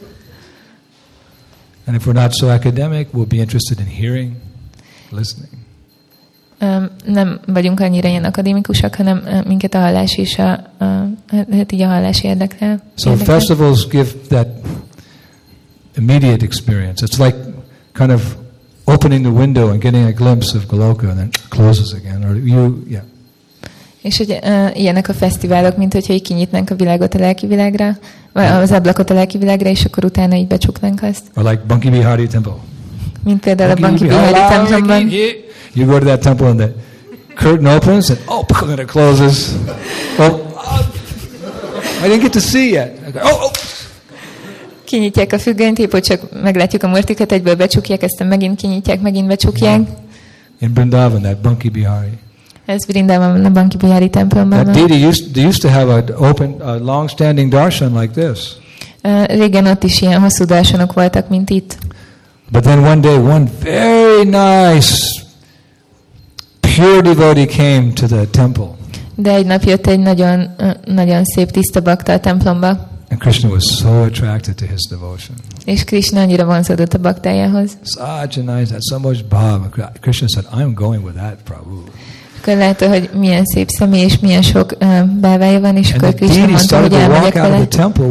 And if we're not so academic, we'll be interested in hearing, listening. Um, nem vagyunk annyira ilyen akadémikusak, hanem uh, minket a hallás és a, a, hát így a hallás érdekel. So festivals give that immediate experience. It's like kind of opening the window and getting a glimpse of Goloka and then closes again. Or you, yeah. És hogy uh, ilyenek a fesztiválok, mint hogyha így kinyitnánk a világot a lelki világra, vagy az ablakot a lelki világra, és akkor utána így becsuknánk azt. Or like Banki Bihari Temple. Mint például a Banki Bihari templomban. You go to that temple and the curtain opens and oh, and it closes. Oh, oh, I didn't get to see yet. Oh, oh. Kinyitják a függönyt, épp csak meglátjuk a murtikat, egyből becsukják, aztán megint kinyitják, megint becsukják. In Vrindavan, that Banki Bihari. Ez Vrindavan, a Banki Bihari templomban. That deity used, they used to have an open, a long-standing darshan like this. Uh, régen ott is ilyen hosszú darsanok voltak, mint itt. But then one day, one very nice, pure devotee came to the temple. De egy nap jött egy nagyon, nagyon szép tiszta bakta a templomba. And Krishna was so attracted to his devotion. És Krishna annyira vonzódott a baktájához. Such a nice, had so much bhava. Krishna said, I'm going with that Prabhu. Akkor látta, hogy milyen szép személy, és milyen sok uh, bávája van, és and akkor Krishna mondta, hogy elmegyek vele.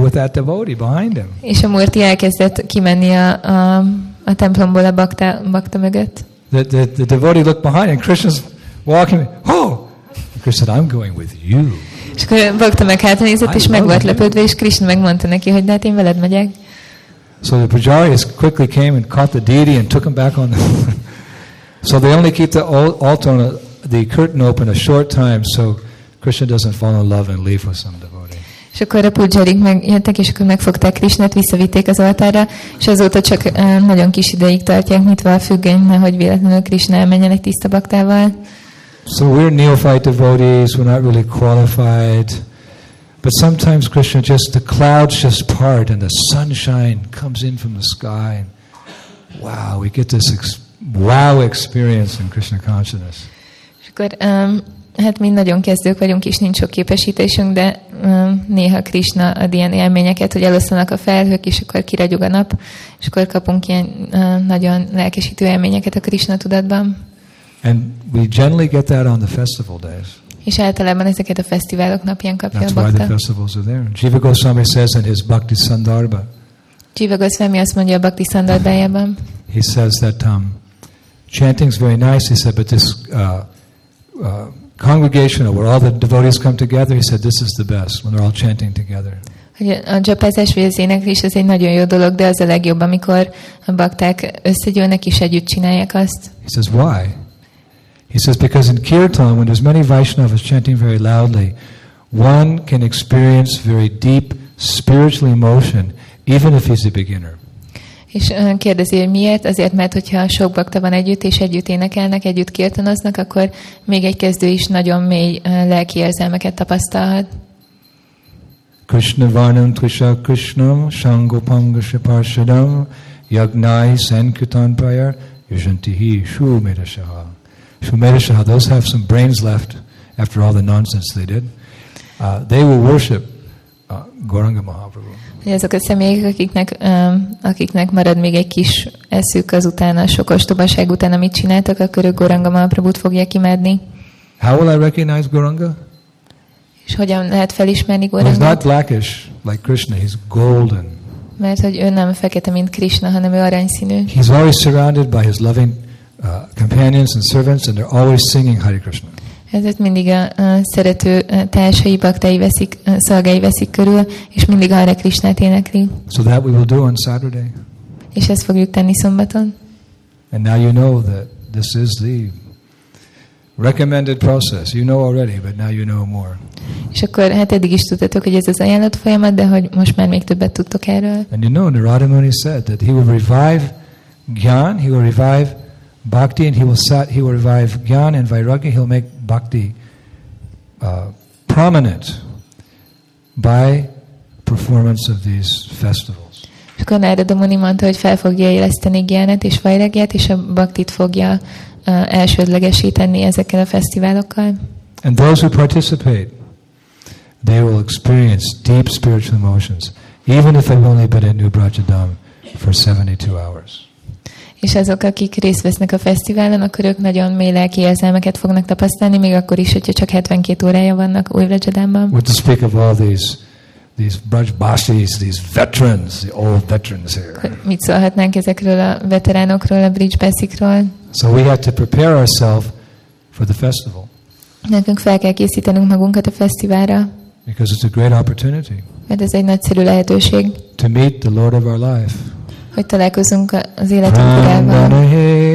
És a Murti elkezdett kimenni a, a, a templomból a bakta, bakta mögött. The, the, the devotee looked behind and Krishna's walking. Oh! Krishna said, I'm going with you. És akkor a bakta meg hátranézett, és meg volt lepődve, és Krishna megmondta neki, hogy de hát én veled megyek. So the pujaris quickly came and caught the deity and took him back on the... So they only keep the altar on a, the curtain open a short time so Krishna doesn't fall in love and leave with some devotee. És akkor a pujarik megjöttek, és akkor megfogták Krishnát, visszavitték az oltárra, és azóta csak uh, nagyon kis ideig tartják nyitva a függöny, nehogy véletlenül Krishna elmenjen egy tiszta baktával. So we're neophyte devotees, we're not really qualified, but sometimes Krishna just, the clouds just part and the sunshine comes in from the sky and wow, we get this ex- wow experience in Krishna consciousness. És akkor um, hát mi nagyon kezdők vagyunk, és nincs sok képesítésünk, de um, néha Krishna ad ilyen élményeket, hogy eloszlanak a felhők, és akkor kiragyog a nap, és akkor kapunk ilyen uh, nagyon lelkesítő élményeket a Krishna tudatban. And we generally get that on the festival days. És általában ezeket a fesztiválok napján kapja That's a bakta. why the festivals are there. Jiva Goswami says in his Bhakti Sandarbha. Jiva Goswami azt mondja a Bhakti Sandarbhájában. He says that um, chanting's very nice. He said, but this uh, uh, congregation where all the devotees come together, he said, this is the best when they're all chanting together. Hogy a dzsapázás vagy az éneklés az egy nagyon jó dolog, de az a legjobb, amikor a bakták összegyűlnek és együtt csinálják azt. He says, why? He says, because in Kirtan, when there's many Vaishnavas chanting very loudly, one can experience very deep spiritual emotion, even if he's a beginner. És kérdezi, hogy miért? Azért, mert hogyha sok bakta van együtt, és együtt énekelnek, együtt kirtanoznak, akkor még egy kezdő is nagyon mély lelki érzelmeket tapasztalhat. Krishna varnam tvisha krishnam shangopangasha parshadam yagnai sankirtan prayar yushantihi shumedashaha. Shumedashaha, those have some brains left after all the nonsense they did. Uh, they will worship uh, Gauranga Mahaprabhu. Azok a személyek, akiknek, um, akiknek marad még egy kis eszük azután, a sok ostobaság után, amit csináltak, akkor ők Gauranga Mahaprabhut fogják imádni. How will I recognize Gauranga? És hogyan lehet felismerni Well, he's Gaurangát? not blackish like Krishna, he's golden. Mert hogy ő nem fekete, mint Krishna, hanem ő aranyszínű. He's always surrounded by his loving uh, companions and servants, and they're always singing Hare Krishna. Ezért mindig a, a szerető társai, baktai veszik, szolgái veszik körül, és mindig Hare Krishnát énekli. So that we will do on Saturday. És ezt fogjuk tenni szombaton. And now you know that this is the recommended process. You know already, but now you know more. És akkor hát eddig is tudtatok, hogy ez az ajánlott folyamat, de hogy most már még többet tudtok erről. And you know, Narada Muni said that he will revive Gyan, he will revive bhakti, and he will sat, he will revive jnana and vairagya. He'll make bhakti uh, prominent by performance of these festivals. És akkor Nárada Muni mondta, hogy fel fogja éleszteni gyánát és vairagyát, és a bhaktit fogja uh, elsődlegesíteni ezekkel a fesztiválokkal. And those who participate, they will experience deep spiritual emotions, even if they've only been at New Brajadam for seventy-two hours. És azok, akik részt vesznek a fesztiválon, akkor ők nagyon mély lelki érzelmeket fognak tapasztalni, még akkor is, hogyha csak hetvenkét órája vannak Új Vrajadámban. What to speak of all these these Brajbasis, these veterans, the old veterans here. Mit szólhatnánk ezekről a veteránokról, a Brajbasikról? So we have to prepare ourselves for the festival. Nekünk fel kell készítenünk magunkat a fesztiválra. Because it's a great opportunity. Mert ez egy nagyszerű lehetőség. To meet the Lord of our life. Hogy találkozunk az életünk Urával.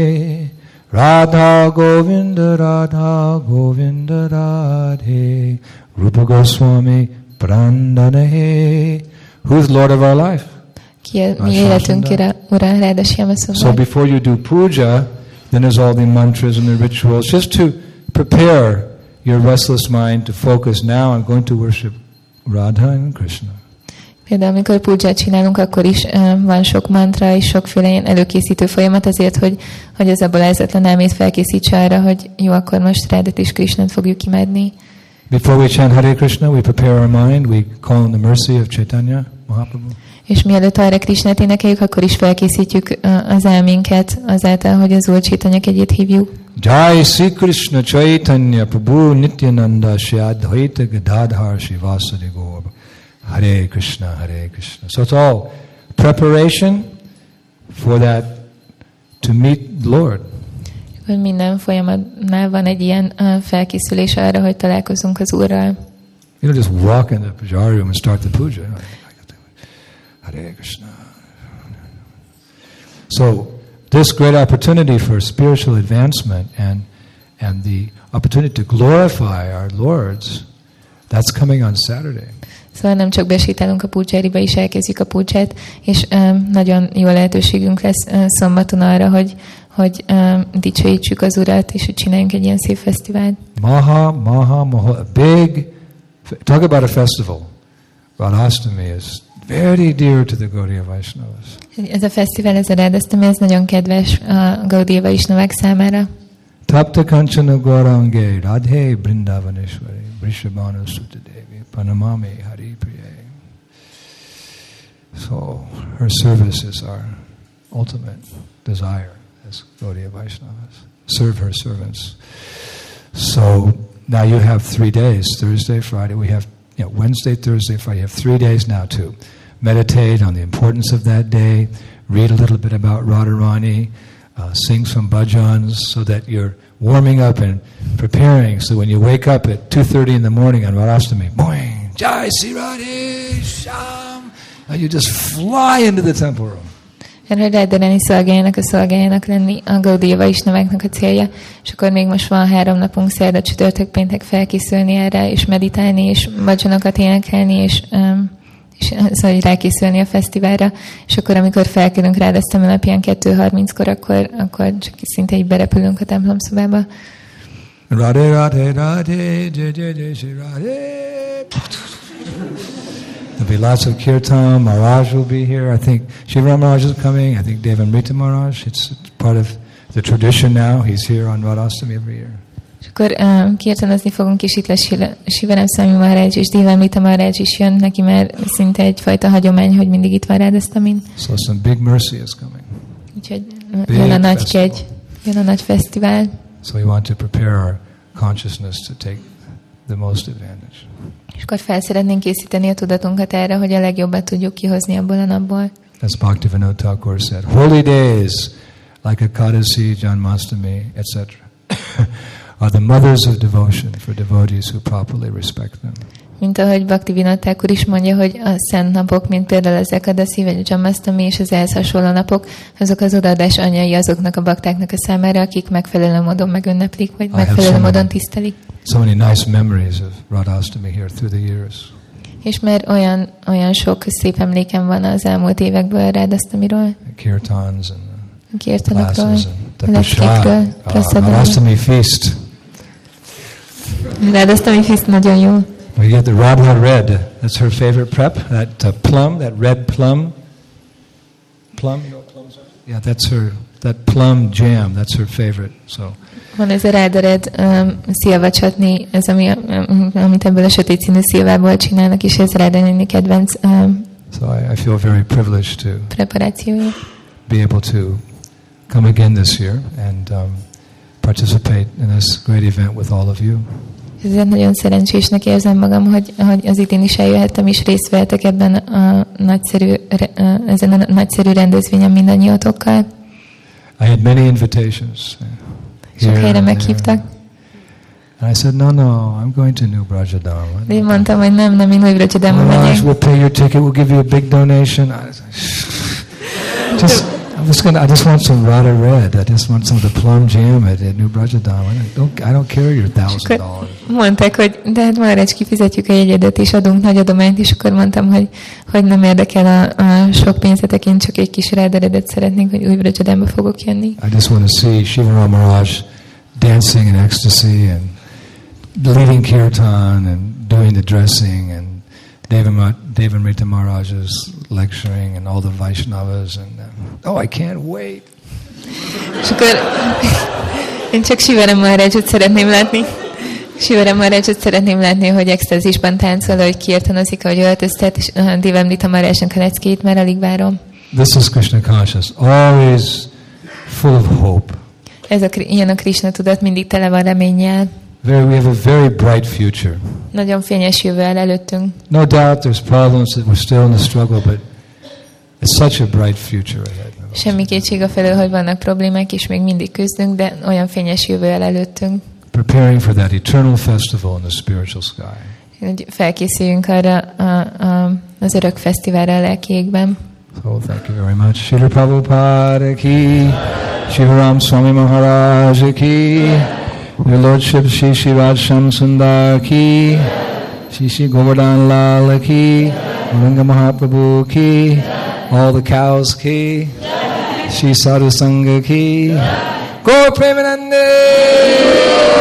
Radha Govinda Radha Govinda Radhe Rupa Goswami Prandanahe. Who's Lord of our life? Ki a mi életünk Ura, Radha Shyama Subhai. So before you do puja, then there's all the mantras and the rituals, just to prepare your restless mind to focus. Now I'm going to worship Radha and Krishna. Például, amikor púdzsát csinálunk, akkor is uh, van sok mantra és sokféle ilyen előkészítő folyamat azért, hogy, hogy az abból elzetlen elmét felkészítse arra, hogy jó, akkor most Rádát és Krishnát fogjuk imádni. Before we chant Hare Krishna, we prepare our mind, we call on the mercy of Chaitanya Mahaprabhu. És mielőtt Hare Krishnát énekeljük, akkor is felkészítjük uh, az elménket azáltal, hogy az Úr Chaitanya kegyét hívjuk. Jai Sri Krishna Chaitanya Prabhu Nityananda Shri Advaita Gadadhar Shivasari Gaur. Hare Krishna, Hare Krishna. So it's all preparation for that, to meet the Lord. Minden folyamatnál van egy ilyen uh, felkészülés arra, hogy találkozunk az Úrral. You don't just walk in the puja room and start the puja. Hare Krishna. So this great opportunity for spiritual advancement and and the opportunity to glorify our lords, that's coming on Saturday. Szóval nem csak besétálunk a púdzsáriba, is elkezdjük a púdzsát, és um, nagyon jó lehetőségünk lesz uh, szombaton arra, hogy, hogy um, dicsőítsük az Urat, és hogy csináljunk egy ilyen szép fesztivált. Maha, maha, maha, a big, talk about a festival. Radhastami is very dear to the Gaudiya Vaishnavas. Ez a fesztivál, ez a Radhastami, ez nagyon kedves a Gaudiya Vaishnavák számára. Tapta Kanchana Gaurange, Radhe Brindavaneshwari, Vrishabhanu Sutadevi, Pranamami Hari Priye. So her service is our ultimate desire as Gaudiya Vaishnavas. Serve her servants. So now you have three days, Thursday, Friday. We have you know, Wednesday, Thursday, Friday. You have three days now to meditate on the importance of that day, read a little bit about Radharani, uh, sing some bhajans so that you're warming up and preparing. So when you wake up at two thirty in the morning on Radhastami, boing, Jai Sri Radhe Shyam, and you just fly into the temple room. Erre Radharani szolgájának a szolgájának lenni a Gaudiya Vaishnavaknak a célja, és akkor még most van három napunk, szerda, csütörtök, péntek felkészülni erre, és meditálni, és bhajanokat énekelni, és, um, és szóval rákészülni a fesztiválra, és akkor amikor felkelünk Radhastami napján kettő harminckor, akkor, akkor csak szinte így berepülünk a templom szobába. Radhe, Radhe, Radhe, Jai Jai Jai Shri Radhe. There'll be lots of kirtan. Maharaj will be here. I think Shiva Maharaj is coming. I think Devanamrita Maharaj. It's part of the tradition now. He's here on Radhastami every year. És akkor uh, kirtanozni fogunk, és itt lesz Shivanam Swami Maharaj, és Devanamrita Maharaj is jön, neki már szinte egyfajta hagyomány, hogy mindig itt van Radhastamin. So some big mercy is coming. Úgyhogy uh, jön a nagy kegy, jön a nagy fesztivál. So we want to prepare our consciousness to take the most advantage. És akkor fel szeretnénk készíteni a tudatunkat erre, hogy a legjobbat tudjuk kihozni abból a napból. As Bhaktivinoda Thakur said, holy days like Ekadasi, Janmashtami, et cetera are the mothers of devotion for devotees who properly respect them. Mint ahogy Bhaktivinoda Thakur is mondja, hogy a szent napok, mint például az Ekadasi, vagy a Janmashtami és az ehhez hasonló napok, azok az odaadás anyai azoknak a baktáknak a számára, akik megfelelő módon megünneplik, vagy megfelelő módon tisztelik. So many nice memories of Radhastami here through the years. És mert olyan, olyan sok szép emlékem van az elmúlt évekből a Radhastamiról. Kirtans and kirtanokról. classes and the prasad, uh, Radhastami feast. Radhastami feast nagyon jó. We get the Radha red. That's her favorite prep. That uh, plum, that red plum. Plum, you know what plums are? Yeah, that's her. That plum jam. That's her favorite. So. Van ez a Radha red um, szilva csatni, ez ami, um, amit ebből a sötét színű szilvából csinálnak, és ez Radha néni kedvenc. Um, so I, I feel very privileged to. Preparációja. Be able to come again this year and um, participate in this great event with all of you. Ezért nagyon szerencsésnek érzem magam, hogy, hogy az idén is eljöhettem, és részt vehetek ebben a nagyszerű, ezen a nagyszerű rendezvényen mindannyiótokkal. I had many invitations. Sok helyre meghívtak. And I said, no, no, I'm going to New Brajadama. De én mondtam, hogy nem, nem, én Új Brajadama megyek. We'll pay your ticket, we'll give you a big donation. Just... I was gonna. I just want some Radha red. I just want some of the plum jam at, at New Brajadama. I don't. I don't care your thousand dollars. Mondták, hogy de hát már egy kifizetjük a jegyedet és adunk nagy adományt, és akkor mondtam, hogy, hogy nem érdekel a, a sok pénzetek, én csak egy kis Radha redet szeretnénk, hogy Új Brajadamba fogok jönni. I just want to see Shivaram Maharaj dancing in ecstasy and leading kirtan and doing the dressing and Devanamrita Maharaj is lecturing and all the Vaishnavas and uh, oh, I can't wait. És akkor én csak Shivaram Maharajot szeretném látni. Shivaram Maharajot szeretném látni, hogy extázisban táncol, hogy kirtanozik, hogy öltöztet, és uh, Devanamrita Maharajnak a leckét, mert alig várom. This is Krishna conscious, always full of hope. Ez a, ilyen a Krishna tudat, mindig tele van reménnyel. Very, we have a very bright future. Nagyon fényes jövő áll előttünk. No doubt there's problems that we're still in the struggle, but it's such a bright future ahead. Semmi kétség a felől, hogy vannak problémák, és még mindig küzdünk, de olyan fényes jövő áll előttünk. Preparing for that eternal festival in the spiritual sky. Hogy felkészüljünk arra a, a, az örök fesztiválra a lelki égben. So thank you very much. Srila Prabhupada ki, Shivaram Swami Maharaj ki, Your Lordship Shri Shivad Shamsundar ki, Shri Shri Govardhan Lal ki, Ranga Mahaprabhu ki, all the cows ki, Shri Sadhu Sangha ki, Gaur Premanande!